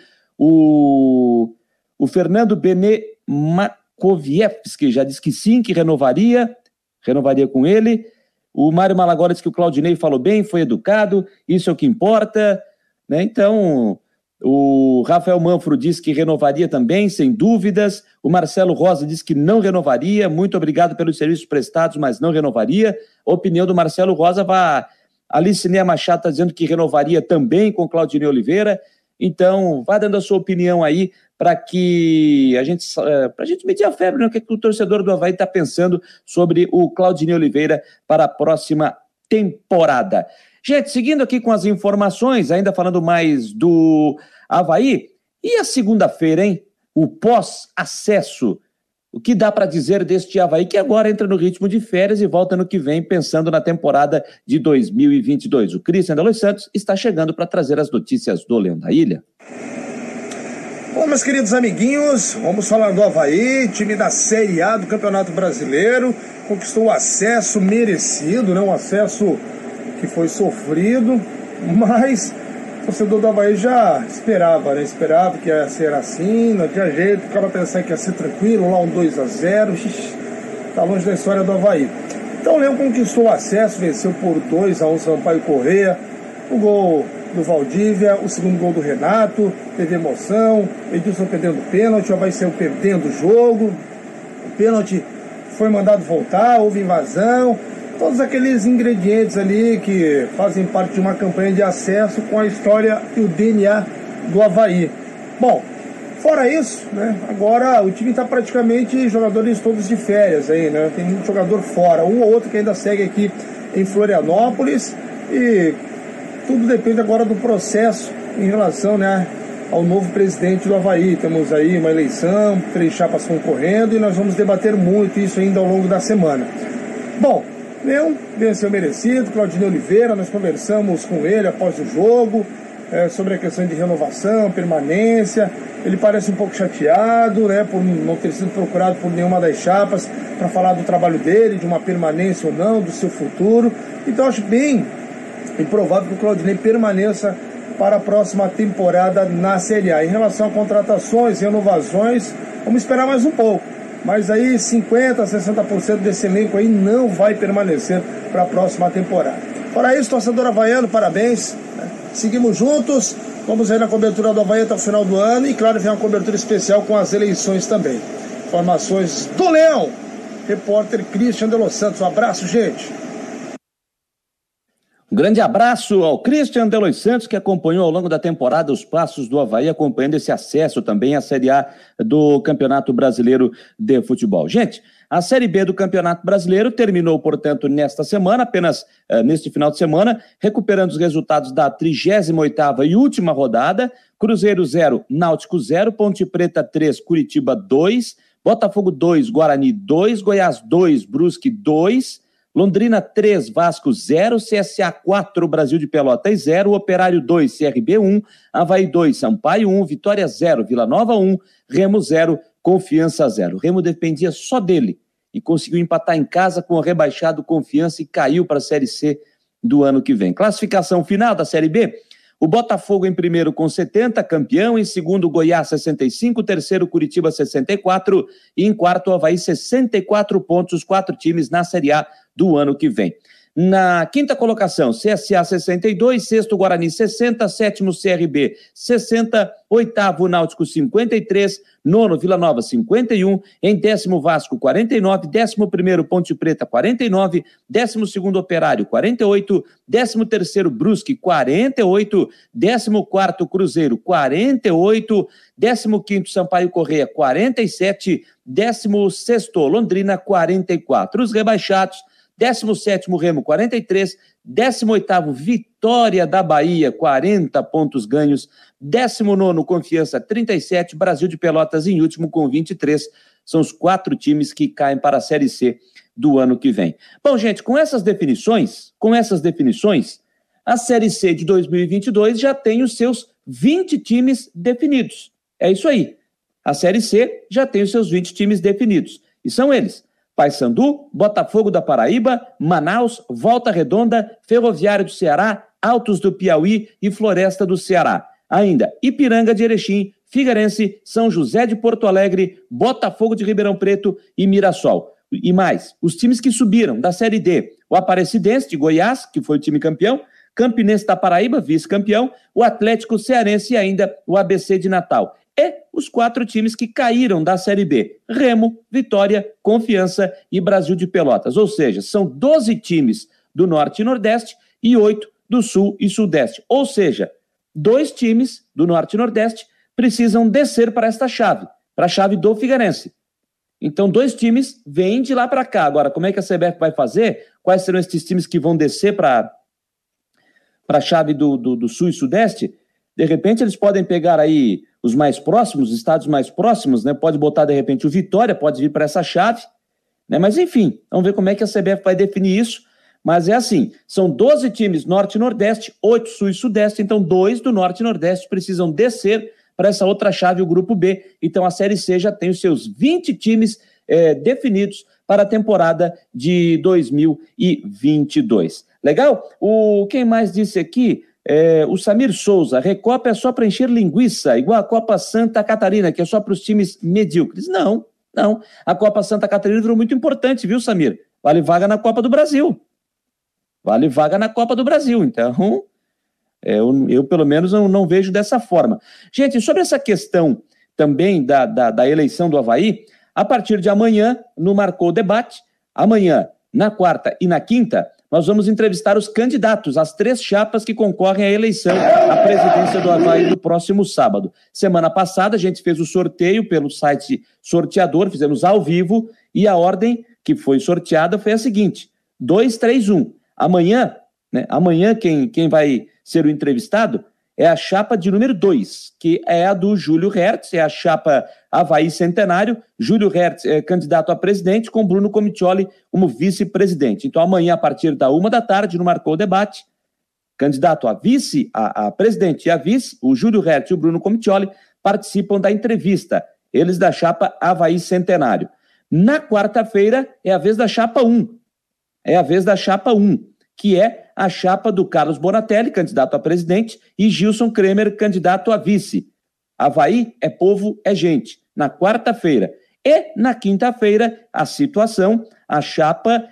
O Fernando Benekovievski já disse que sim, que renovaria com ele. O Mário Malagora disse que o Claudinei falou bem, foi educado, isso é o que importa, né? Então, o Rafael Manfro disse que renovaria também, sem dúvidas. O Marcelo Rosa disse que não renovaria, muito obrigado pelos serviços prestados, mas não renovaria. A opinião do Marcelo Rosa vai... Alice Nea Machado está dizendo que renovaria também com Claudinei Oliveira. Então, vá dando a sua opinião aí para que a gente medir a febre, né? O que o torcedor do Avaí está pensando sobre o Claudinei Oliveira para a próxima temporada. Gente, seguindo aqui com as informações, ainda falando mais do Avaí, e a segunda-feira, hein? O pós-acesso. O que dá para dizer deste Avaí que agora entra no ritmo de férias e volta no que vem pensando na temporada de 2022? O Christian de Los Santos está chegando para trazer as notícias do Leão da Ilha. Bom, meus queridos amiguinhos, vamos falar do Avaí, time da Série A do Campeonato Brasileiro, conquistou o acesso merecido, né? Um acesso que foi sofrido, mas o torcedor do Avaí já esperava, né? Esperava que ia ser assim, não tinha jeito, ficava pensando que ia ser tranquilo, lá um 2-0, tá longe da história do Avaí. Então o Leão conquistou o acesso, venceu por 2-1 Sampaio Corrêa, o gol do Valdívia, o segundo gol do Renato, teve emoção, Edilson perdendo pênalti, o Avaí saiu perdendo o jogo, o pênalti foi mandado voltar, houve invasão, todos aqueles ingredientes ali que fazem parte de uma campanha de acesso com a história e o DNA do Avaí. Bom, fora isso, né, agora o time está praticamente jogadores todos de férias aí, né, tem um jogador fora, um ou outro que ainda segue aqui em Florianópolis e tudo depende agora do processo em relação, né, ao novo presidente do Avaí. Temos aí uma eleição, 3 chapas concorrendo e nós vamos debater muito isso ainda ao longo da semana. Bom, Leão venceu merecido, Claudinei Oliveira, nós conversamos com ele após o jogo sobre a questão de renovação, permanência. Ele parece um pouco chateado, né, por não ter sido procurado por nenhuma das chapas para falar do trabalho dele, de uma permanência ou não, do seu futuro. Então acho bem improvável que o Claudinei permaneça para a próxima temporada na Série A. Em relação a contratações, renovações, vamos esperar mais um pouco. Mas aí 50%, 60% desse elenco aí não vai permanecer para a próxima temporada. Fora isso, torcedor havaiano, parabéns, né? Seguimos juntos, vamos aí na cobertura do Avaí até o final do ano e claro, vem uma cobertura especial com as eleições também. Informações do Leão, repórter Christian de Los Santos. Um abraço, gente. Um grande abraço ao Christian de Los Santos, que acompanhou ao longo da temporada os passos do Avaí, acompanhando esse acesso também à Série A do Campeonato Brasileiro de Futebol. Gente, a Série B do Campeonato Brasileiro terminou, portanto, nesta semana, apenas neste final de semana, recuperando os resultados da 38ª e última rodada. Cruzeiro 0, Náutico 0, Ponte Preta 3, Curitiba 2, Botafogo 2, Guarani 2, Goiás 2, Brusque 2, Londrina 3, Vasco 0, CSA 4, Brasil de Pelotas 0, Operário 2, CRB 1, Avaí 2, Sampaio 1, Vitória 0, Vila Nova 1, Remo 0, Confiança 0. O Remo dependia só dele e conseguiu empatar em casa com o rebaixado Confiança e caiu para a Série C do ano que vem. Classificação final da Série B: o Botafogo em primeiro com 70, campeão, em segundo Goiás 65, terceiro Curitiba 64 e em quarto Avaí 64 pontos, os 4 times na Série A do ano que vem. Na quinta colocação, CSA 62, sexto Guarani 60, sétimo CRB 60, oitavo Náutico 53, nono Vila Nova 51, em décimo Vasco 49, décimo primeiro Ponte Preta 49, décimo segundo Operário 48, décimo terceiro Brusque 48, décimo quarto Cruzeiro 48, décimo quinto Sampaio Corrêa 47, décimo sexto Londrina 44. Os rebaixados: 17º Remo, 43, 18º Vitória da Bahia, 40 pontos ganhos, 19º Confiança, 37, Brasil de Pelotas em último com 23, são os 4 times que caem para a Série C do ano que vem. Bom, gente, com essas definições, a Série C de 2022 já tem os seus 20 times definidos. É isso aí, a Série C já tem os seus 20 times definidos, e são eles: Paysandu, Botafogo da Paraíba, Manaus, Volta Redonda, Ferroviário do Ceará, Altos do Piauí e Floresta do Ceará. Ainda Ipiranga de Erechim, Figueirense, São José de Porto Alegre, Botafogo de Ribeirão Preto e Mirassol. E mais, os times que subiram da Série D: o Aparecidense de Goiás, que foi o time campeão, Campinense da Paraíba, vice-campeão, o Atlético Cearense e ainda o ABC de Natal. E os 4 times que caíram da Série B: Remo, Vitória, Confiança e Brasil de Pelotas. Ou seja, são 12 times do Norte e Nordeste e 8 do Sul e Sudeste. Ou seja, 2 times do Norte e Nordeste precisam descer para esta chave, para a chave do Figueirense. Então, 2 times vêm de lá para cá. Agora, como é que a CBF vai fazer? Quais serão esses times que vão descer para a chave do Sul e Sudeste? De repente, eles podem pegar aí os mais próximos, os estados mais próximos, né? Pode botar, de repente, o Vitória, pode vir para essa chave, né? Mas, enfim, vamos ver como é que a CBF vai definir isso. Mas é assim, são 12 times Norte e Nordeste, 8 Sul e Sudeste, então 2 do Norte e Nordeste precisam descer para essa outra chave, o Grupo B. Então, a Série C já tem os seus 20 times definidos para a temporada de 2022. Legal? Quem mais disse aqui? O Samir Souza: Recopa é só para encher linguiça, igual a Copa Santa Catarina, que é só para os times medíocres. Não. A Copa Santa Catarina virou muito importante, viu, Samir? Vale vaga na Copa do Brasil. Então, eu pelo menos não vejo dessa forma. Gente, sobre essa questão também da eleição do Avaí, a partir de amanhã, no Marcou Debate, amanhã, na quarta e na quinta, nós vamos entrevistar os candidatos, as 3 chapas que concorrem à eleição à presidência do Avaí do próximo sábado. Semana passada a gente fez o sorteio pelo site sorteador, fizemos ao vivo, e a ordem que foi sorteada foi a seguinte: 2, 3, 1. Amanhã, quem vai ser o entrevistado é a chapa de número 2, que é a do Júlio Hertz, é a chapa Avaí Centenário. Júlio Hertz é candidato a presidente, com Bruno Comincioli como vice-presidente. Então, amanhã, a partir da 13h, no Marcou o Debate, candidato a vice, a presidente e a vice, o Júlio Hertz e o Bruno Comincioli participam da entrevista, eles da chapa Avaí Centenário. Na quarta-feira, é a vez da chapa 1. Que é a chapa do Carlos Bonatelli, candidato a presidente, e Gilson Kremer, candidato a vice. Avaí é povo, é gente. Na quarta-feira. E na quinta-feira, a chapa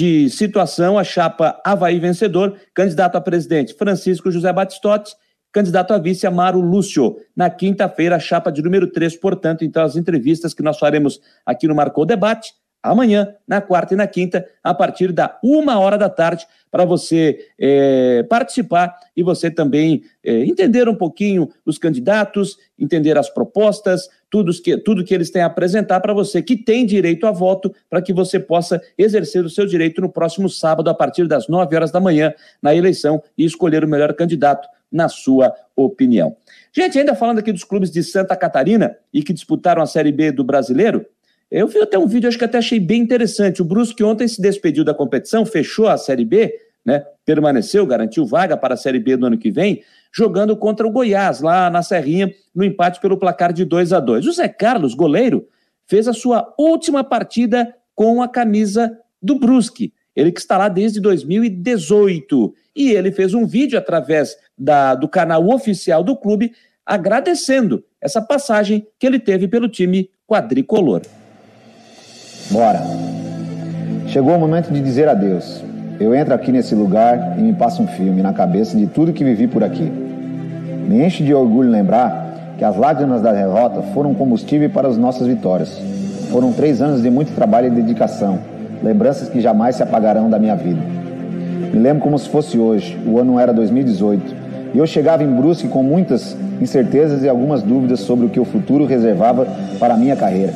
Avaí Vencedor, candidato a presidente Francisco José Batistotti, candidato a vice Amaro Lúcio. Na quinta-feira, a chapa de número 3, portanto, então as entrevistas que nós faremos aqui no Marcou Debate, amanhã, na quarta e na quinta, a partir da 13h, para você participar e você também entender um pouquinho os candidatos, entender as propostas, tudo que eles têm a apresentar para você que tem direito a voto, para que você possa exercer o seu direito no próximo sábado, a partir das 9h da manhã, na eleição, e escolher o melhor candidato, na sua opinião. Gente, ainda falando aqui dos clubes de Santa Catarina e que disputaram a Série B do Brasileiro, eu vi até um vídeo, acho que até achei bem interessante. O Brusque ontem se despediu da competição, fechou a Série B, né? Permaneceu, garantiu vaga para a Série B do ano que vem, jogando contra o Goiás, lá na Serrinha, no empate pelo placar de 2-2. O Zé Carlos, goleiro, fez a sua última partida com a camisa do Brusque. Ele que está lá desde 2018. E ele fez um vídeo através do canal oficial do clube, agradecendo essa passagem que ele teve pelo time quadricolor. Bora. Chegou o momento de dizer adeus. eu entro aqui nesse lugar e me passa um filme na cabeça de tudo que vivi por aqui. Me enche de orgulho lembrar que as lágrimas da derrota foram combustível para as nossas vitórias. Foram 3 anos de muito trabalho e dedicação, lembranças que jamais se apagarão da minha vida. Me lembro como se fosse hoje, o ano era 2018, e eu chegava em Brusque com muitas incertezas e algumas dúvidas sobre o que o futuro reservava para a minha carreira.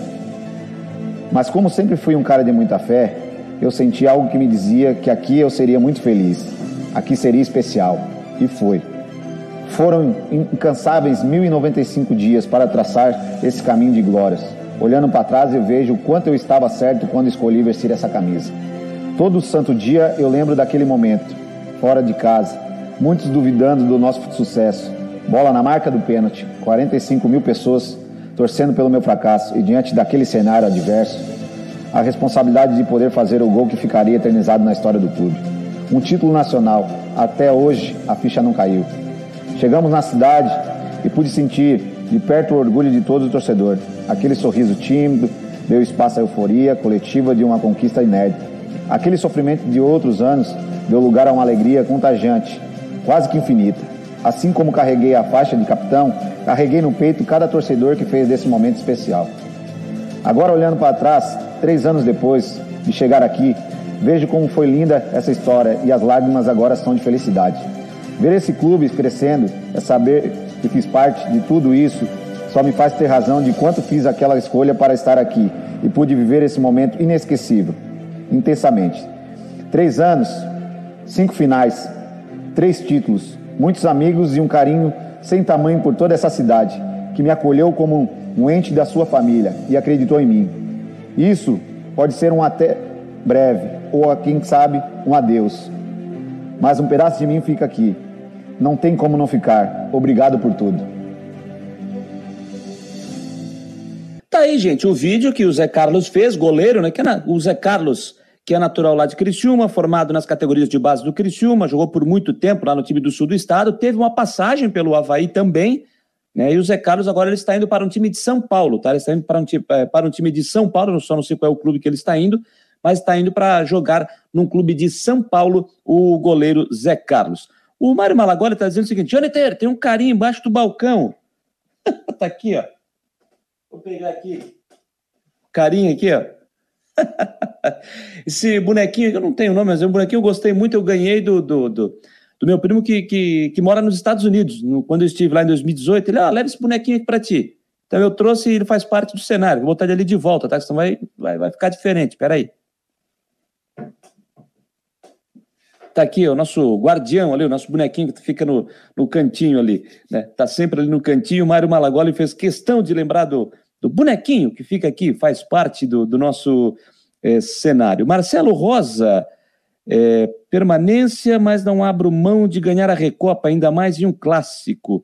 Mas como sempre fui um cara de muita fé, eu senti algo que me dizia que aqui eu seria muito feliz, aqui seria especial, e foi. Foram incansáveis 1095 dias para traçar esse caminho de glórias. Olhando para trás eu vejo o quanto eu estava certo quando escolhi vestir essa camisa. Todo santo dia eu lembro daquele momento, fora de casa, muitos duvidando do nosso sucesso. Bola na marca do pênalti, 45 mil pessoas torcendo pelo meu fracasso e diante daquele cenário adverso, a responsabilidade de poder fazer o gol que ficaria eternizado na história do clube. Um título nacional, até hoje a ficha não caiu. Chegamos na cidade e pude sentir de perto o orgulho de todo o torcedor. Aquele sorriso tímido deu espaço à euforia coletiva de uma conquista inédita. Aquele sofrimento de outros anos deu lugar a uma alegria contagiante, quase que infinita. Assim como carreguei a faixa de capitão, carreguei no peito cada torcedor que fez desse momento especial. Agora, olhando para trás, 3 anos depois de chegar aqui, vejo como foi linda essa história e as lágrimas agora são de felicidade. Ver esse clube crescendo, é saber que fiz parte de tudo isso, só me faz ter razão de quanto fiz aquela escolha para estar aqui e pude viver esse momento inesquecível, intensamente. 3 anos, 5 finais, 3 títulos, muitos amigos e um carinho sem tamanho por toda essa cidade, que me acolheu como um ente da sua família e acreditou em mim. Isso pode ser um até breve, ou quem sabe, um adeus. Mas um pedaço de mim fica aqui. Não tem como não ficar. Obrigado por tudo. Tá aí, gente, o vídeo que o Zé Carlos fez, goleiro, né? O Zé Carlos, que é natural lá de Criciúma, formado nas categorias de base do Criciúma, jogou por muito tempo lá no time do sul do estado, teve uma passagem pelo Avaí também, né? E o Zé Carlos agora ele está indo para um time de São Paulo, tá? Ele está indo para um time de São Paulo, só não sei qual é o clube que ele está indo, mas está indo para jogar num clube de São Paulo, o goleiro Zé Carlos. O Mário Malagoli está dizendo o seguinte: Jonathan, tem um carinha embaixo do balcão. Tá aqui, ó. Vou pegar aqui. Carinha aqui, ó. Esse bonequinho, eu não tenho nome, mas é um bonequinho eu gostei muito, eu ganhei do meu primo que mora nos Estados Unidos. Quando eu estive lá em 2018, ele, leva esse bonequinho aqui pra ti. Então eu trouxe e ele faz parte do cenário. Vou botar ele ali de volta, tá? Senão vai ficar diferente, peraí. Tá aqui o nosso guardião ali, o nosso bonequinho que fica no cantinho ali, né? Tá sempre ali no cantinho. O Mário Malagoli fez questão de lembrar do bonequinho que fica aqui, faz parte do nosso cenário. Marcelo Rosa, permanência, mas não abro mão de ganhar a Recopa, ainda mais em um clássico.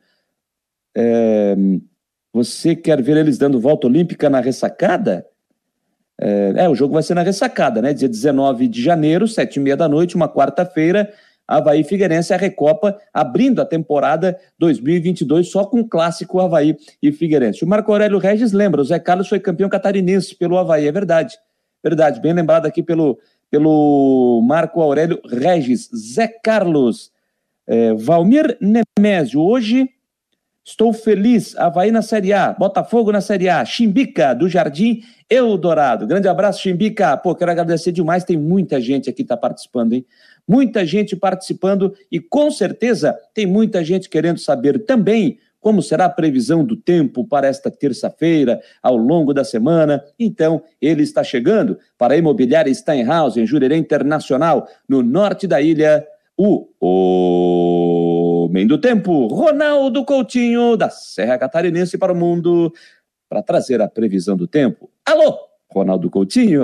Você quer ver eles dando volta olímpica na ressacada? O jogo vai ser na ressacada, né? Dia 19 de janeiro, 7h30 da noite, uma quarta-feira, Avaí Figueirense, a Recopa, abrindo a temporada 2022 só com o clássico Avaí e Figueirense. O Marco Aurélio Regis lembra, o Zé Carlos foi campeão catarinense pelo Avaí, é verdade, bem lembrado aqui pelo Marco Aurélio Regis. Zé Carlos, Valmir Nemésio, hoje estou feliz, Avaí na Série A, Botafogo na Série A, Chimbica, do Jardim Eldorado. Grande abraço, Chimbica. Quero agradecer demais, tem muita gente aqui que está participando, hein? Muita gente participando e com certeza tem muita gente querendo saber também como será a previsão do tempo para esta terça-feira, ao longo da semana. Então, ele está chegando para a Imobiliária Steinhaus, em Jurerê Internacional, no norte da ilha, o homem do tempo, Ronaldo Coutinho, da Serra Catarinense para o mundo, para trazer a previsão do tempo. Alô, Ronaldo Coutinho.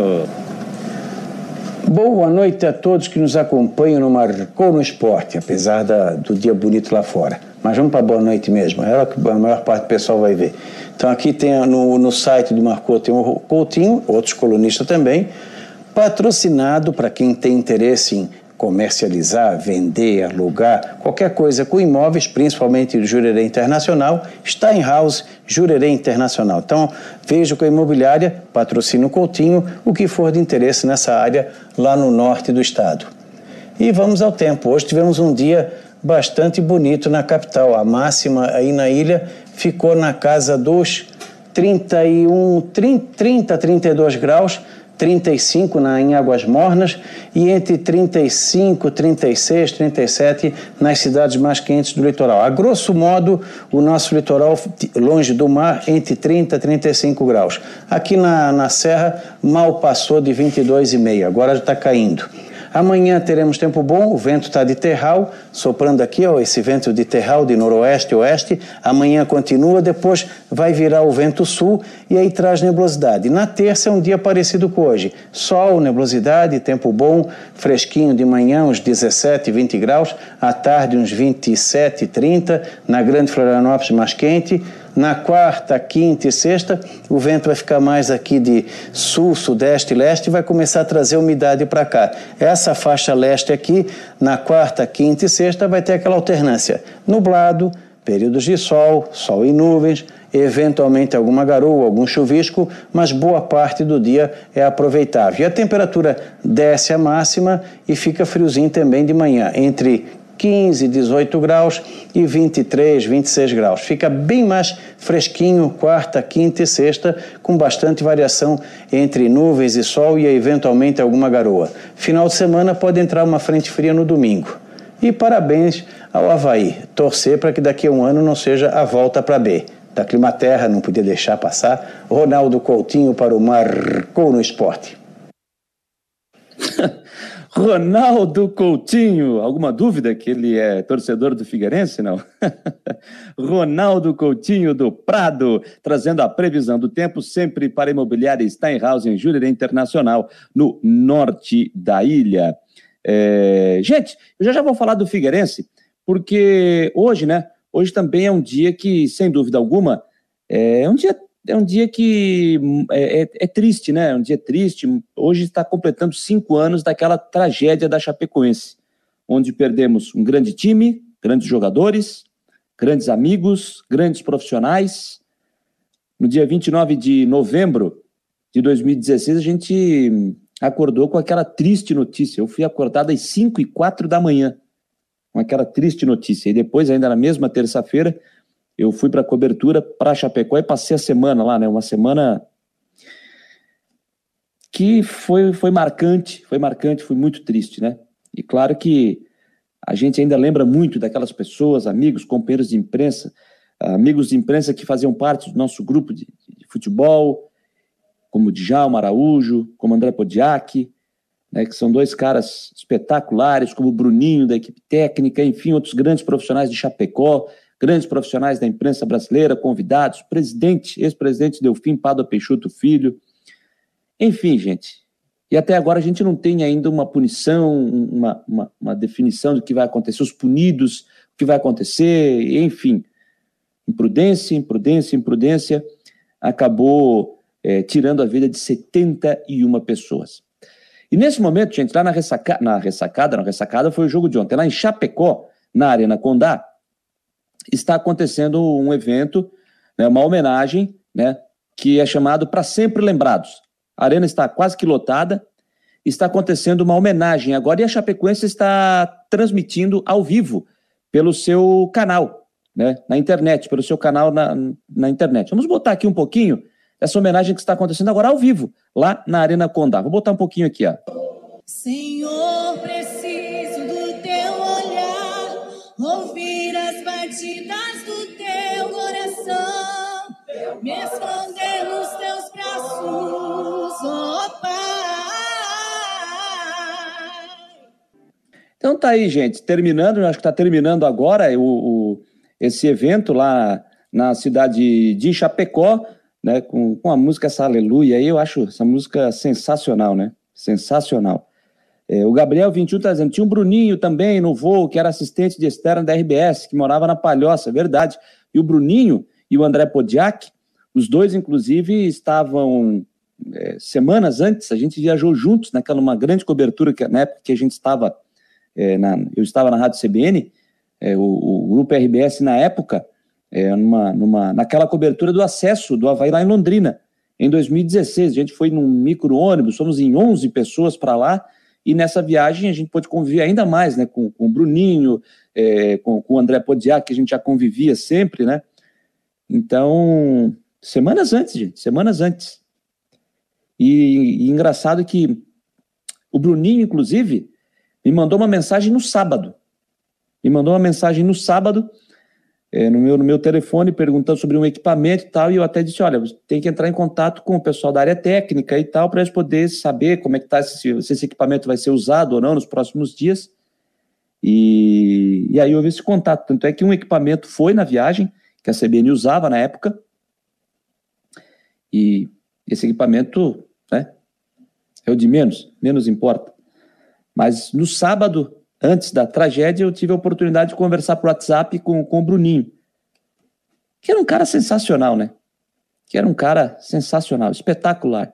Boa noite a todos que nos acompanham no Marcou no Esporte, apesar do dia bonito lá fora. Mas vamos para a boa noite mesmo, é o que a maior parte do pessoal vai ver. Então aqui tem no site do Marcou tem o Coutinho, outros colunistas também, patrocinado para quem tem interesse em comercializar, vender, alugar, qualquer coisa com imóveis, principalmente do Jurerê Internacional, Steinhaus, Jurerê Internacional. Então, veja com a imobiliária, patrocina o Coutinho, o que for de interesse nessa área lá no norte do estado. E vamos ao tempo. Hoje tivemos um dia bastante bonito na capital. A máxima aí na ilha ficou na casa dos 30, 32 graus, 35 em Águas Mornas e entre 35, 36, 37 nas cidades mais quentes do litoral. A grosso modo, o nosso litoral, longe do mar, entre 30 e 35 graus. Aqui na Serra, mal passou de 22,5, agora já está caindo. Amanhã teremos tempo bom, o vento está de terral, soprando aqui, ó, esse vento de terral de noroeste e oeste. Amanhã continua, depois vai virar o vento sul e aí traz nebulosidade. Na terça é um dia parecido com hoje. Sol, nebulosidade, tempo bom, fresquinho de manhã, uns 17, 20 graus. À tarde, uns 27, 30. Na Grande Florianópolis, mais quente. Na quarta, quinta e sexta, o vento vai ficar mais aqui de sul, sudeste e leste e vai começar a trazer umidade para cá. Essa faixa leste aqui, na quarta, quinta e sexta, vai ter aquela alternância. Nublado, períodos de sol, sol e nuvens, eventualmente alguma garoa, algum chuvisco, mas boa parte do dia é aproveitável. E a temperatura desce a máxima e fica friozinho também de manhã, entre 15, 18 graus e 23, 26 graus. Fica bem mais fresquinho quarta, quinta e sexta, com bastante variação entre nuvens e sol e eventualmente alguma garoa. Final de semana pode entrar uma frente fria no domingo. E parabéns ao Avaí. Torcer para que daqui a um ano não seja a volta para B. Da Climaterra, não podia deixar passar. Ronaldo Coutinho para o Marcou no Esporte. Ronaldo Coutinho, alguma dúvida que ele é torcedor do Figueirense, não? Ronaldo Coutinho do Prado, trazendo a previsão do tempo sempre para a imobiliária Steinhaus, em Jurerê Internacional, no norte da ilha. Gente, eu já vou falar do Figueirense, porque hoje, né? Hoje também é um dia que, sem dúvida alguma, é um dia que é triste, né? É um dia triste. Hoje está completando 5 anos daquela tragédia da Chapecoense, onde perdemos um grande time, grandes jogadores, grandes amigos, grandes profissionais. No dia 29 de novembro de 2016, a gente acordou com aquela triste notícia. Eu fui acordado às 5h04 da manhã com aquela triste notícia. E depois, ainda na mesma terça-feira, eu fui para a cobertura para Chapecó e passei a semana lá, né? Uma semana que foi marcante, foi muito triste, né? E claro que a gente ainda lembra muito daquelas pessoas, amigos, companheiros de imprensa, amigos de imprensa que faziam parte do nosso grupo de futebol, como o Djalma Araújo, como o André Podiak, né, que são 2 caras espetaculares, como o Bruninho da equipe técnica, enfim, outros grandes profissionais de Chapecó, grandes profissionais da imprensa brasileira, convidados, ex-presidente Delfim Pádua Peixoto Filho, enfim, gente. E até agora a gente não tem ainda uma punição, uma definição do que vai acontecer, os punidos, o que vai acontecer, enfim. Imprudência, acabou tirando a vida de 71 pessoas. E nesse momento, gente, lá na ressacada foi o jogo de ontem, lá em Chapecó, na Arena Condá, está acontecendo um evento, né, uma homenagem, né, que é chamado Pra Sempre Lembrados. A arena está quase que lotada, está acontecendo uma homenagem agora e a Chapecoense está transmitindo ao vivo pelo seu canal, né, na internet, pelo seu canal na internet. Vamos botar aqui um pouquinho essa homenagem que está acontecendo agora ao vivo, lá na Arena Condá. Vou botar um pouquinho aqui, ó. Senhor, preciso do teu olhar, ouvir as batidas do teu coração, me esconder nos teus braços, ó Pai. Então tá aí, gente, terminando, acho que está terminando agora esse evento lá na cidade de Chapecó, né, com a música essa Aleluia, aí eu acho essa música sensacional, né? Sensacional. O Gabriel 21 está dizendo, tinha um Bruninho também no voo, que era assistente de externa da RBS, que morava na Palhoça, verdade. E o Bruninho e o André Podiak, os dois, inclusive, estavam semanas antes, a gente viajou juntos numa grande cobertura, na época que a gente estava, eu estava na Rádio CBN, o grupo RBS na época, naquela cobertura do acesso do Avaí lá em Londrina, em 2016. A gente foi num micro-ônibus, fomos em 11 pessoas para lá, e nessa viagem a gente pôde conviver ainda mais, né, com o Bruninho, com o André Podiak, que a gente já convivia sempre, né? Então, semanas antes, gente, semanas antes. E engraçado que o Bruninho, inclusive, me mandou uma mensagem no sábado. No meu telefone, perguntando sobre um equipamento e tal, e eu até disse, olha, tem que entrar em contato com o pessoal da área técnica e tal, para eles poderem saber como é que está, se esse equipamento vai ser usado ou não nos próximos dias. E aí houve esse contato. Tanto é que um equipamento foi na viagem, que a CBN usava na época, e esse equipamento, né, é o de menos importa. Mas no sábado, antes da tragédia, eu tive a oportunidade de conversar por WhatsApp com o Bruninho, que era um cara sensacional, né? Espetacular.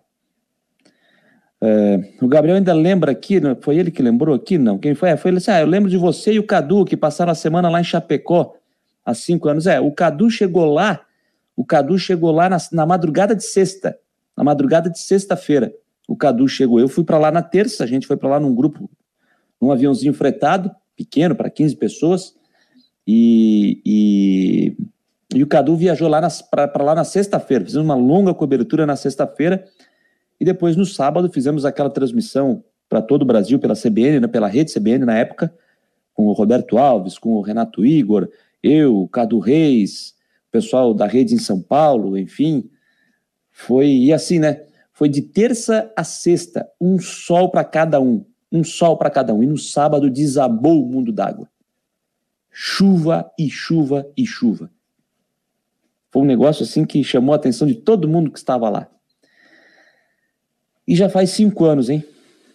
O Gabriel ainda lembra aqui, foi ele que lembrou aqui? Não, quem foi? Foi ele assim, eu lembro de você e o Cadu, que passaram a semana lá em Chapecó, há 5 anos. O Cadu chegou lá na madrugada de sexta-feira. O Cadu chegou, eu fui para lá na terça, a gente foi para lá num grupo, num aviãozinho fretado, pequeno, para 15 pessoas, e o Cadu viajou para lá na sexta-feira, fizemos uma longa cobertura na sexta-feira, e depois no sábado fizemos aquela transmissão para todo o Brasil, pela CBN, né, pela rede CBN na época, com o Roberto Alves, com o Renato Igor, eu, o Cadu Reis, o pessoal da rede em São Paulo, enfim, e assim, né, foi de terça a sexta, um sol para cada um, e no sábado desabou o mundo d'água. Chuva e chuva e chuva. Foi um negócio assim que chamou a atenção de todo mundo que estava lá. E já faz 5 anos, hein?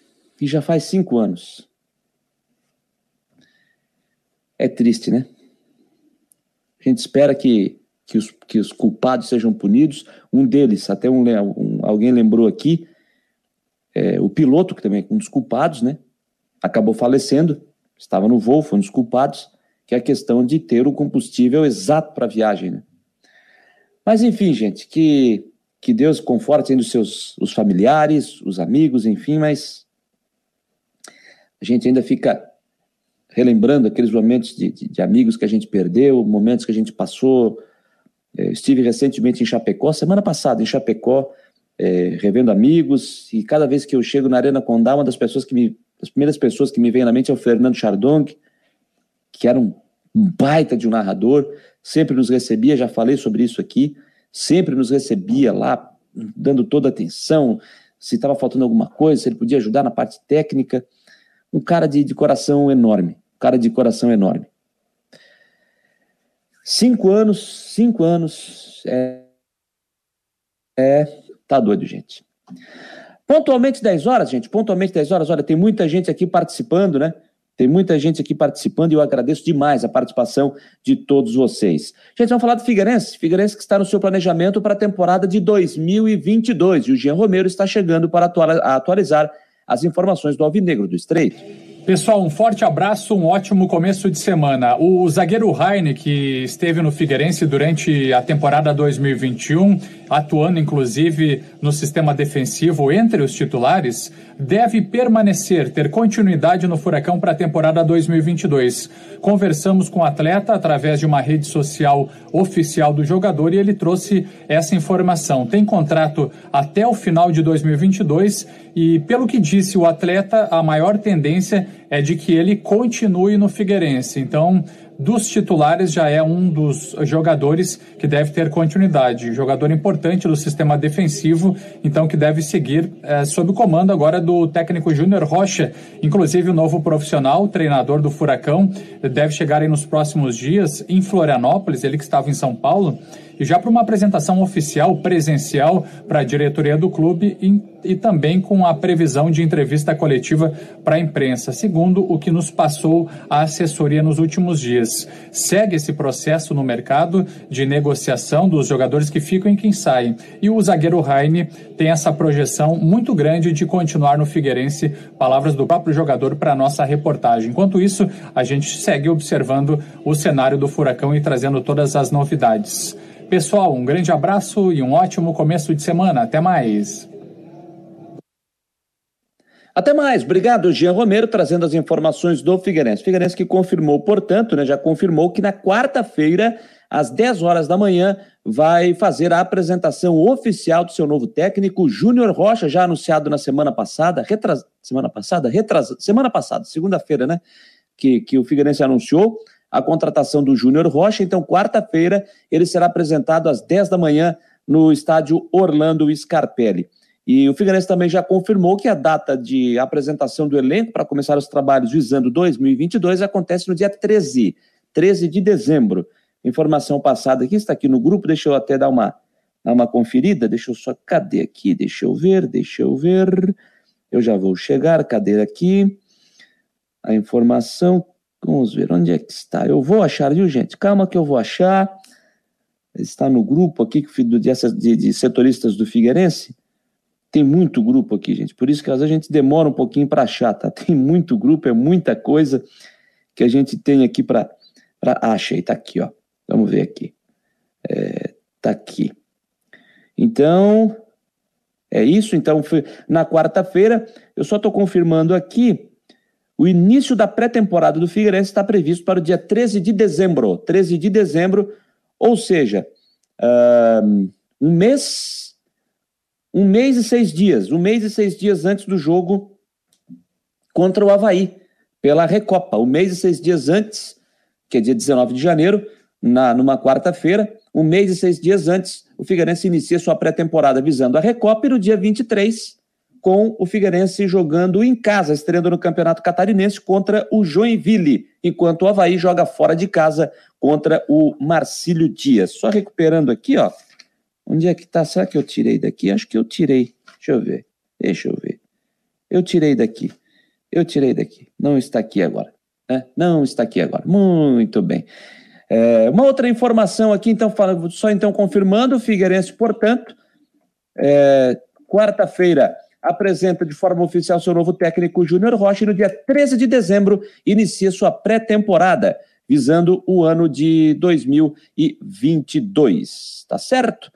É triste, né? A gente espera que os culpados sejam punidos. Um deles, até alguém lembrou aqui, o piloto, que também é um dos culpados, né? Acabou falecendo, estava no voo, foi um dos culpados, que é a questão de ter o combustível exato para a viagem, né? Mas enfim, gente, que Deus conforte ainda os familiares, os amigos, enfim, mas a gente ainda fica relembrando aqueles momentos de amigos que a gente perdeu, momentos que a gente passou. Estive recentemente em Chapecó, semana passada em Chapecó, revendo amigos, e cada vez que eu chego na Arena Condá, uma das primeiras pessoas que me vem na mente é o Fernando Chardong, que era um baita de um narrador, sempre nos recebia, já falei sobre isso aqui, sempre nos recebia lá, dando toda a atenção, se estava faltando alguma coisa, se ele podia ajudar na parte técnica, um cara de coração enorme, 5 anos, tá doido, gente. Pontualmente 10 horas, gente, olha, tem muita gente aqui participando, né? E eu agradeço demais a participação de todos vocês. Gente, vamos falar do Figueirense que está no seu planejamento para a temporada de 2022, e o Jean Romero está chegando para atualizar as informações do Alvinegro do Estreito. Pessoal, um forte abraço, um ótimo começo de semana. O zagueiro Raine, que esteve no Figueirense durante a temporada 2021, atuando inclusive no sistema defensivo entre os titulares, deve ter continuidade no Furacão para a temporada 2022. Conversamos com o atleta através de uma rede social oficial do jogador e ele trouxe essa informação. Tem contrato até o final de 2022 e, pelo que disse o atleta, a maior tendência é de que ele continue no Figueirense. Então, dos titulares, já é um dos jogadores que deve ter continuidade. Jogador importante do sistema defensivo, então que deve seguir sob o comando agora do técnico Júnior Rocha. Inclusive o novo profissional, treinador do Furacão, deve chegar aí nos próximos dias em Florianópolis, ele que estava em São Paulo, e já para uma apresentação oficial, presencial, para a diretoria do clube e também com a previsão de entrevista coletiva para a imprensa, segundo o que nos passou a assessoria nos últimos dias. Segue esse processo no mercado de negociação dos jogadores que ficam e quem saem. E o zagueiro Raine tem essa projeção muito grande de continuar no Figueirense, palavras do próprio jogador para a nossa reportagem. Enquanto isso, a gente segue observando o cenário do Furacão e trazendo todas as novidades. Pessoal, um grande abraço e um ótimo começo de semana. Até mais. Até mais. Obrigado, Jean Romero, trazendo as informações do Figueirense. Figueirense que confirmou, portanto, já confirmou que na quarta-feira, às 10 horas da manhã, vai fazer a apresentação oficial do seu novo técnico, Júnior Rocha, já anunciado na semana passada, segunda-feira, né? Que o Figueirense anunciou a contratação do Júnior Rocha. Então, quarta-feira, ele será apresentado às 10 da manhã no estádio Orlando Scarpelli. E o Figueirense também já confirmou que a data de apresentação do elenco para começar os trabalhos visando 2022 acontece no dia 13 de dezembro. Informação passada aqui, está aqui no grupo, deixa eu até dar uma conferida, cadê aqui? Deixa eu ver, eu já vou chegar, cadê aqui? A informação, vamos ver, onde é que está? Eu vou achar, viu, gente? Calma que eu vou achar. Está no grupo aqui de setoristas do Figueirense. Tem muito grupo aqui, gente, por isso que às vezes a gente demora um pouquinho para achar, tá? Tem muito grupo, é muita coisa que a gente tem aqui para... Achei, tá aqui, ó. Vamos ver aqui. Tá aqui. Então, é isso. Então, na quarta-feira, eu só estou confirmando aqui, o início da pré-temporada do Figueirense está previsto para o dia 13 de dezembro. 13 de dezembro, ou seja, um mês e 6 dias antes do jogo contra o Avaí, pela Recopa. Um mês e 6 dias antes, que é dia 19 de janeiro, numa quarta-feira, um mês e 6 dias antes, o Figueirense inicia sua pré-temporada visando a Recopa, e no dia 23, com o Figueirense jogando em casa, estreando no Campeonato Catarinense contra o Joinville, enquanto o Avaí joga fora de casa contra o Marcílio Dias. Só recuperando aqui, ó. Onde é que tá? Será que eu tirei daqui? Acho que eu tirei. Deixa eu ver. Eu tirei daqui. Não está aqui agora. Né? Não está aqui agora. Muito bem. Uma outra informação aqui, então, confirmando, o Figueirense, portanto, quarta-feira, apresenta de forma oficial seu novo técnico, Júnior Rocha, e no dia 13 de dezembro inicia sua pré-temporada, visando o ano de 2022. Tá certo?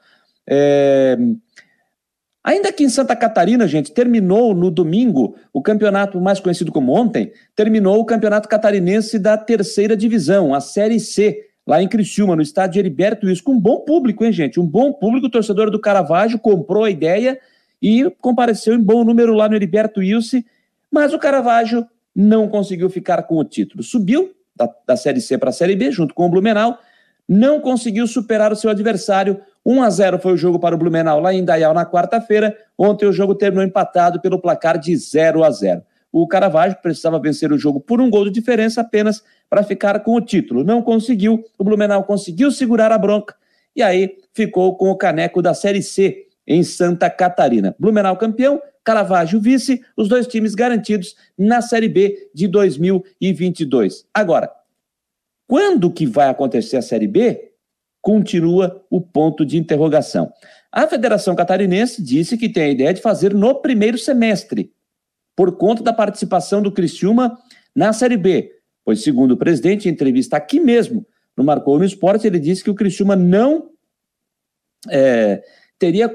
Ainda aqui em Santa Catarina, gente, terminou no domingo o campeonato mais conhecido como ontem, terminou o campeonato catarinense da terceira divisão, a Série C, lá em Criciúma, no estádio Heriberto Wilson, com um bom público, hein, gente? Um bom público, o torcedor do Caravaggio comprou a ideia e compareceu em bom número lá no Heriberto Wilson, mas o Caravaggio não conseguiu ficar com o título. Subiu da Série C para a Série B, junto com o Blumenau, não conseguiu superar o seu adversário. 1-0 foi o jogo para o Blumenau lá em Indaial na quarta-feira. Ontem o jogo terminou empatado pelo placar de 0-0. O Caravaggio precisava vencer o jogo por um gol de diferença apenas para ficar com o título. Não conseguiu, o Blumenau conseguiu segurar a bronca e aí ficou com o caneco da Série C em Santa Catarina. Blumenau campeão, Caravaggio vice, os dois times garantidos na Série B de 2022. Agora, quando que vai acontecer a Série B? Continua o ponto de interrogação. A Federação Catarinense disse que tem a ideia de fazer no primeiro semestre, por conta da participação do Criciúma na Série B. Pois, segundo o presidente, em entrevista aqui mesmo, no Marcou no Esporte, ele disse que o Criciúma não teria...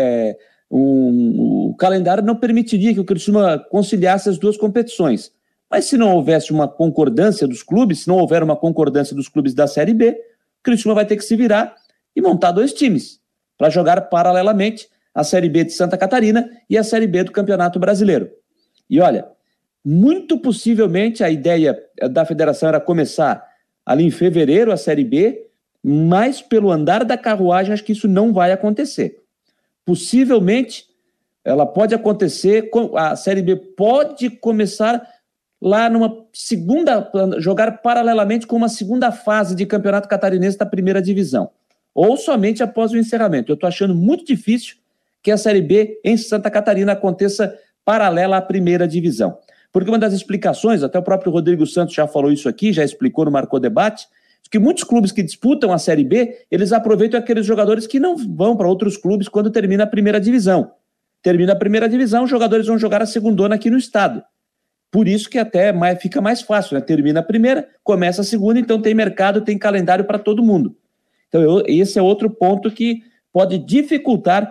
o calendário não permitiria que o Criciúma conciliasse as duas competições. Mas se não houvesse uma concordância dos clubes, se não houver uma concordância dos clubes da Série B, o Criciúma vai ter que se virar e montar dois times para jogar paralelamente a Série B de Santa Catarina e a Série B do Campeonato Brasileiro. E olha, muito possivelmente a ideia da federação era começar ali em fevereiro a Série B, mas pelo andar da carruagem acho que isso não vai acontecer. Possivelmente ela pode acontecer, a Série B pode começar lá numa segunda, jogar paralelamente com uma segunda fase de Campeonato Catarinense da primeira divisão, ou somente após o encerramento. Eu estou achando muito difícil que a Série B em Santa Catarina aconteça paralela à primeira divisão. Porque uma das explicações, até o próprio Rodrigo Santos já falou isso aqui, já explicou no Marcou Debate, que muitos clubes que disputam a Série B, eles aproveitam aqueles jogadores que não vão para outros clubes quando termina a primeira divisão. Termina a primeira divisão, os jogadores vão jogar a segundona aqui no estado. Por isso que até fica mais fácil, né? Termina a primeira, começa a segunda, então tem mercado, tem calendário para todo mundo. Então esse é outro ponto que pode dificultar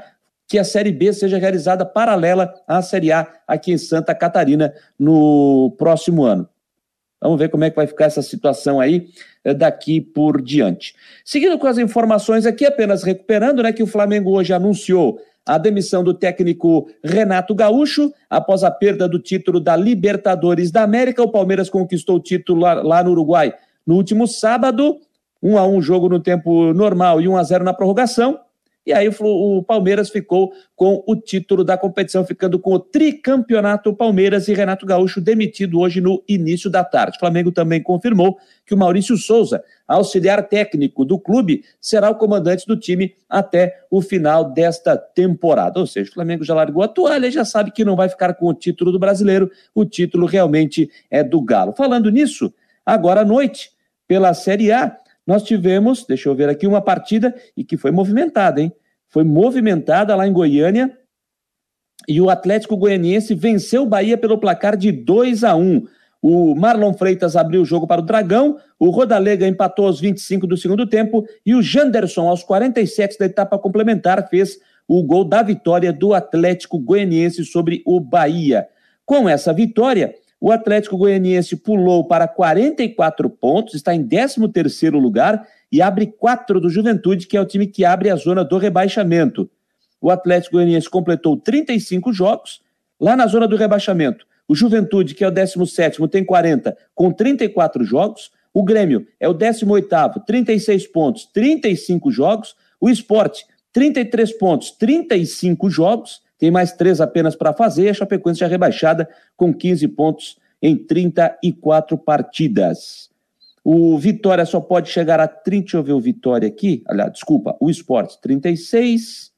que a Série B seja realizada paralela à Série A aqui em Santa Catarina no próximo ano. Vamos ver como é que vai ficar essa situação aí daqui por diante. Seguindo com as informações aqui, apenas recuperando, né, que o Flamengo hoje anunciou a demissão do técnico Renato Gaúcho após a perda do título da Libertadores da América. O Palmeiras conquistou o título lá no Uruguai no último sábado, 1-1 jogo no tempo normal e 1-0 na prorrogação. E aí o Palmeiras ficou com o título da competição, ficando com o tricampeonato Palmeiras, e Renato Gaúcho demitido hoje no início da tarde. O Flamengo também confirmou que o Maurício Souza, auxiliar técnico do clube, será o comandante do time até o final desta temporada. Ou seja, o Flamengo já largou a toalha e já sabe que não vai ficar com o título do Brasileiro, o título realmente é do Galo. Falando nisso, agora à noite, pela Série A, nós tivemos, deixa eu ver aqui, uma partida e que foi movimentada, hein? Foi movimentada lá em Goiânia e o Atlético Goianiense venceu o Bahia pelo placar de 2-1. O Marlon Freitas abriu o jogo para o Dragão, o Rodalega empatou aos 25 do segundo tempo e o Janderson, aos 47 da etapa complementar, fez o gol da vitória do Atlético Goianiense sobre o Bahia. Com essa vitória, o Atlético Goianiense pulou para 44 pontos, está em 13º lugar e abre 4 do Juventude, que é o time que abre a zona do rebaixamento. O Atlético Goianiense completou 35 jogos lá na zona do rebaixamento. O Juventude, que é o 17º, tem 40, com 34 jogos. O Grêmio é o 18º, 36 pontos, 35 jogos. O Sport, 33 pontos, 35 jogos. Tem mais 3 apenas para fazer, a Chapecoense já rebaixada com 15 pontos em 34 partidas. O Vitória só pode chegar a 30, deixa eu ver o Vitória aqui, aliás, desculpa, o Sport 36,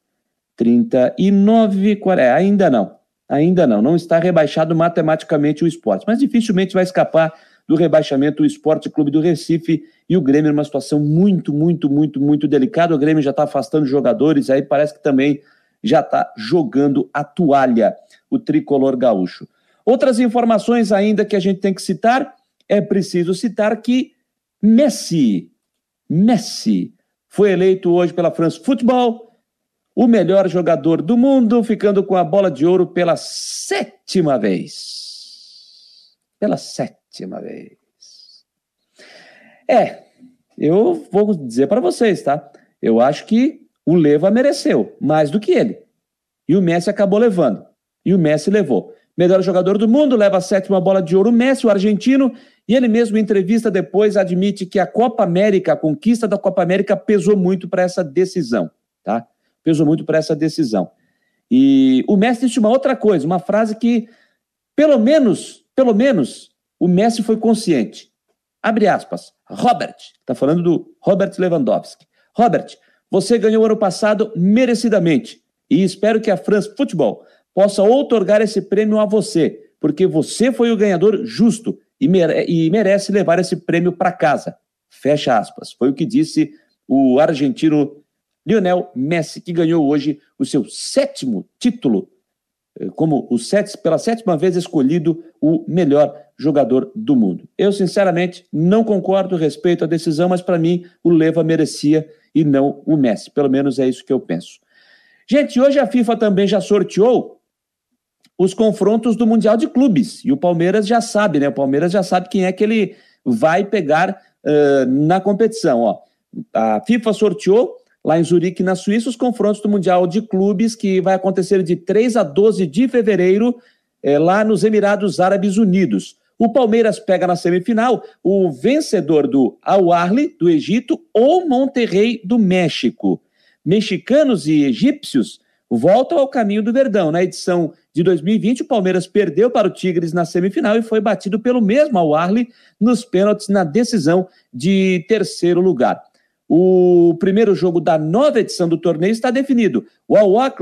39, 40, ainda não está rebaixado matematicamente o Sport, mas dificilmente vai escapar do rebaixamento o Sport Clube do Recife e o Grêmio numa situação muito delicada. O Grêmio já está afastando jogadores, aí parece que também já está jogando a toalha, o tricolor gaúcho. Outras informações ainda que a gente tem que citar, é preciso citar que Messi foi eleito hoje pela France Football o melhor jogador do mundo, ficando com a bola de ouro pela 7ª vez. Pela 7ª vez. Eu vou dizer para vocês, tá? Eu acho que o Leva mereceu, mais do que ele. E o Messi acabou levando. E o Messi levou. Melhor jogador do mundo, leva a 7ª bola de ouro, o Messi, o argentino, e ele mesmo em entrevista depois admite que a Copa América, a conquista da Copa América pesou muito para essa decisão, tá? Pesou muito para essa decisão. E o Messi disse uma outra coisa, uma frase que, pelo menos, o Messi foi consciente. Abre aspas. Robert, está falando do Robert Lewandowski. Robert, você ganhou ano passado merecidamente e espero que a France Football possa outorgar esse prêmio a você, porque você foi o ganhador justo e merece levar esse prêmio para casa. Fecha aspas. Foi o que disse o argentino Lionel Messi, que ganhou hoje o seu 7º título, como pela 7ª vez escolhido o melhor jogador do mundo. Eu, sinceramente, não concordo, respeito a decisão, mas para mim o Leva merecia e não o Messi. Pelo menos é isso que eu penso. Gente, hoje a FIFA também já sorteou os confrontos do Mundial de Clubes. E o Palmeiras já sabe, né? O Palmeiras já sabe quem é que ele vai pegar na competição. Ó, a FIFA sorteou lá em Zurique, na Suíça, os confrontos do Mundial de Clubes, que vai acontecer de 3 a 12 de fevereiro, lá nos Emirados Árabes Unidos. O Palmeiras pega na semifinal o vencedor do Al-Ahly, do Egito, ou Monterrey, do México. Mexicanos e egípcios voltam ao caminho do Verdão. Na edição de 2020, o Palmeiras perdeu para o Tigres na semifinal e foi batido pelo mesmo Al-Ahly nos pênaltis na decisão de 3º lugar. O primeiro jogo da nova edição do torneio está definido. O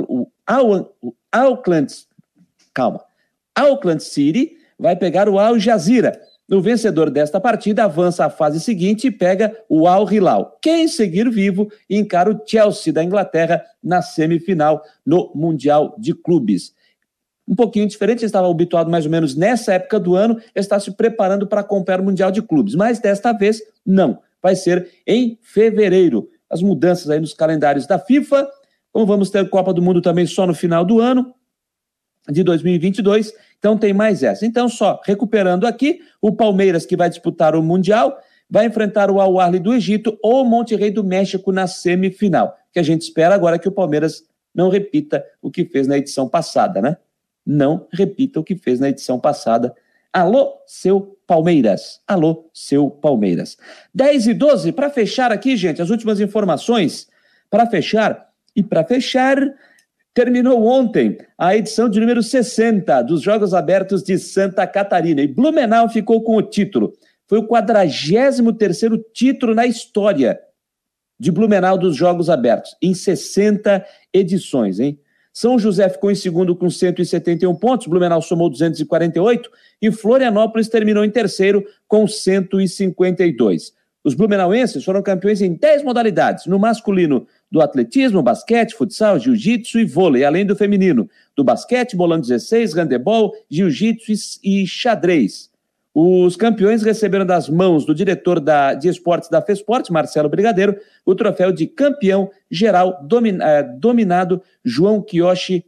Auckland City vai pegar o Al Jazeera. O vencedor desta partida avança à fase seguinte e pega o Al Hilal. Quem seguir vivo encara o Chelsea da Inglaterra na semifinal no Mundial de Clubes. Um pouquinho diferente, estava habituado mais ou menos nessa época do ano, está se preparando para acompanhar o Mundial de Clubes, mas desta vez não. Vai ser em fevereiro. As mudanças aí nos calendários da FIFA Como vamos ter Copa do Mundo também só no final do ano de 2022, então tem mais essa. Então, só recuperando aqui, o Palmeiras, que vai disputar o Mundial, vai enfrentar o Al Ahly do Egito ou o Monterrey do México na semifinal, que a gente espera agora que o Palmeiras não repita o que fez na edição passada, né? Não repita o que fez na edição passada. Alô, seu Palmeiras. Alô, seu Palmeiras. 10h12, para fechar aqui, gente, as últimas informações. Para fechar, terminou ontem a edição de número 60 dos Jogos Abertos de Santa Catarina. E Blumenau ficou com o título. Foi o 43º título na história de Blumenau dos Jogos Abertos, em 60 edições, hein? São José ficou em segundo com 171 pontos, Blumenau somou 248 e Florianópolis terminou em terceiro com 152. Os blumenauenses foram campeões em 10 modalidades, no masculino do atletismo, basquete, futsal, jiu-jitsu e vôlei, além do feminino, do basquete, bolão 16, handebol, jiu-jitsu e xadrez. Os campeões receberam das mãos do diretor de esportes da FESPORT, Marcelo Brigadeiro, o troféu de campeão geral denominado João Kiyoshi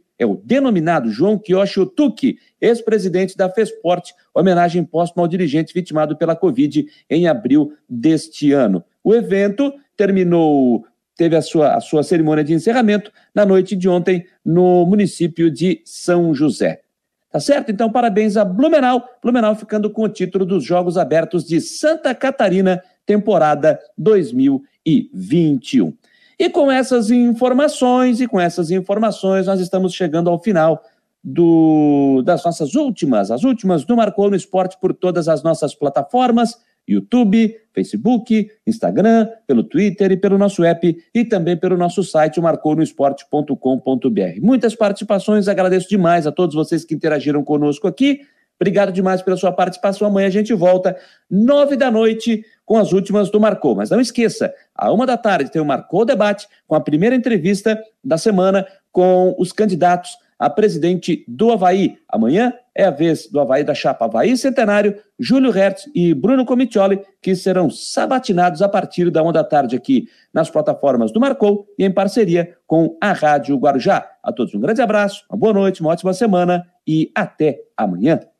Otuki, ex-presidente da FESPORT, homenagem póstuma ao dirigente vitimado pela Covid em abril deste ano. O evento teve a sua cerimônia de encerramento na noite de ontem no município de São José. Tá certo? Então, parabéns a Blumenau. Blumenau ficando com o título dos Jogos Abertos de Santa Catarina, temporada 2021. E com essas informações, nós estamos chegando ao final das nossas as últimas do Marcou no Esporte por todas as nossas plataformas, YouTube, Facebook, Instagram, pelo Twitter e pelo nosso app e também pelo nosso site, marconosport.com.br. Muitas participações, agradeço demais a todos vocês que interagiram conosco aqui. Obrigado demais pela sua participação. Amanhã a gente volta 21h com as últimas do Marcou. Mas não esqueça, à 13h tem o Marcou Debate com a primeira entrevista da semana com os candidatos a presidente do Avaí. Amanhã é a vez do Avaí da chapa Avaí Centenário, Júlio Hertz e Bruno Comitioli, que serão sabatinados a partir da 13h aqui nas plataformas do Marcou e em parceria com a Rádio Guarujá. A todos um grande abraço, uma boa noite, uma ótima semana e até amanhã.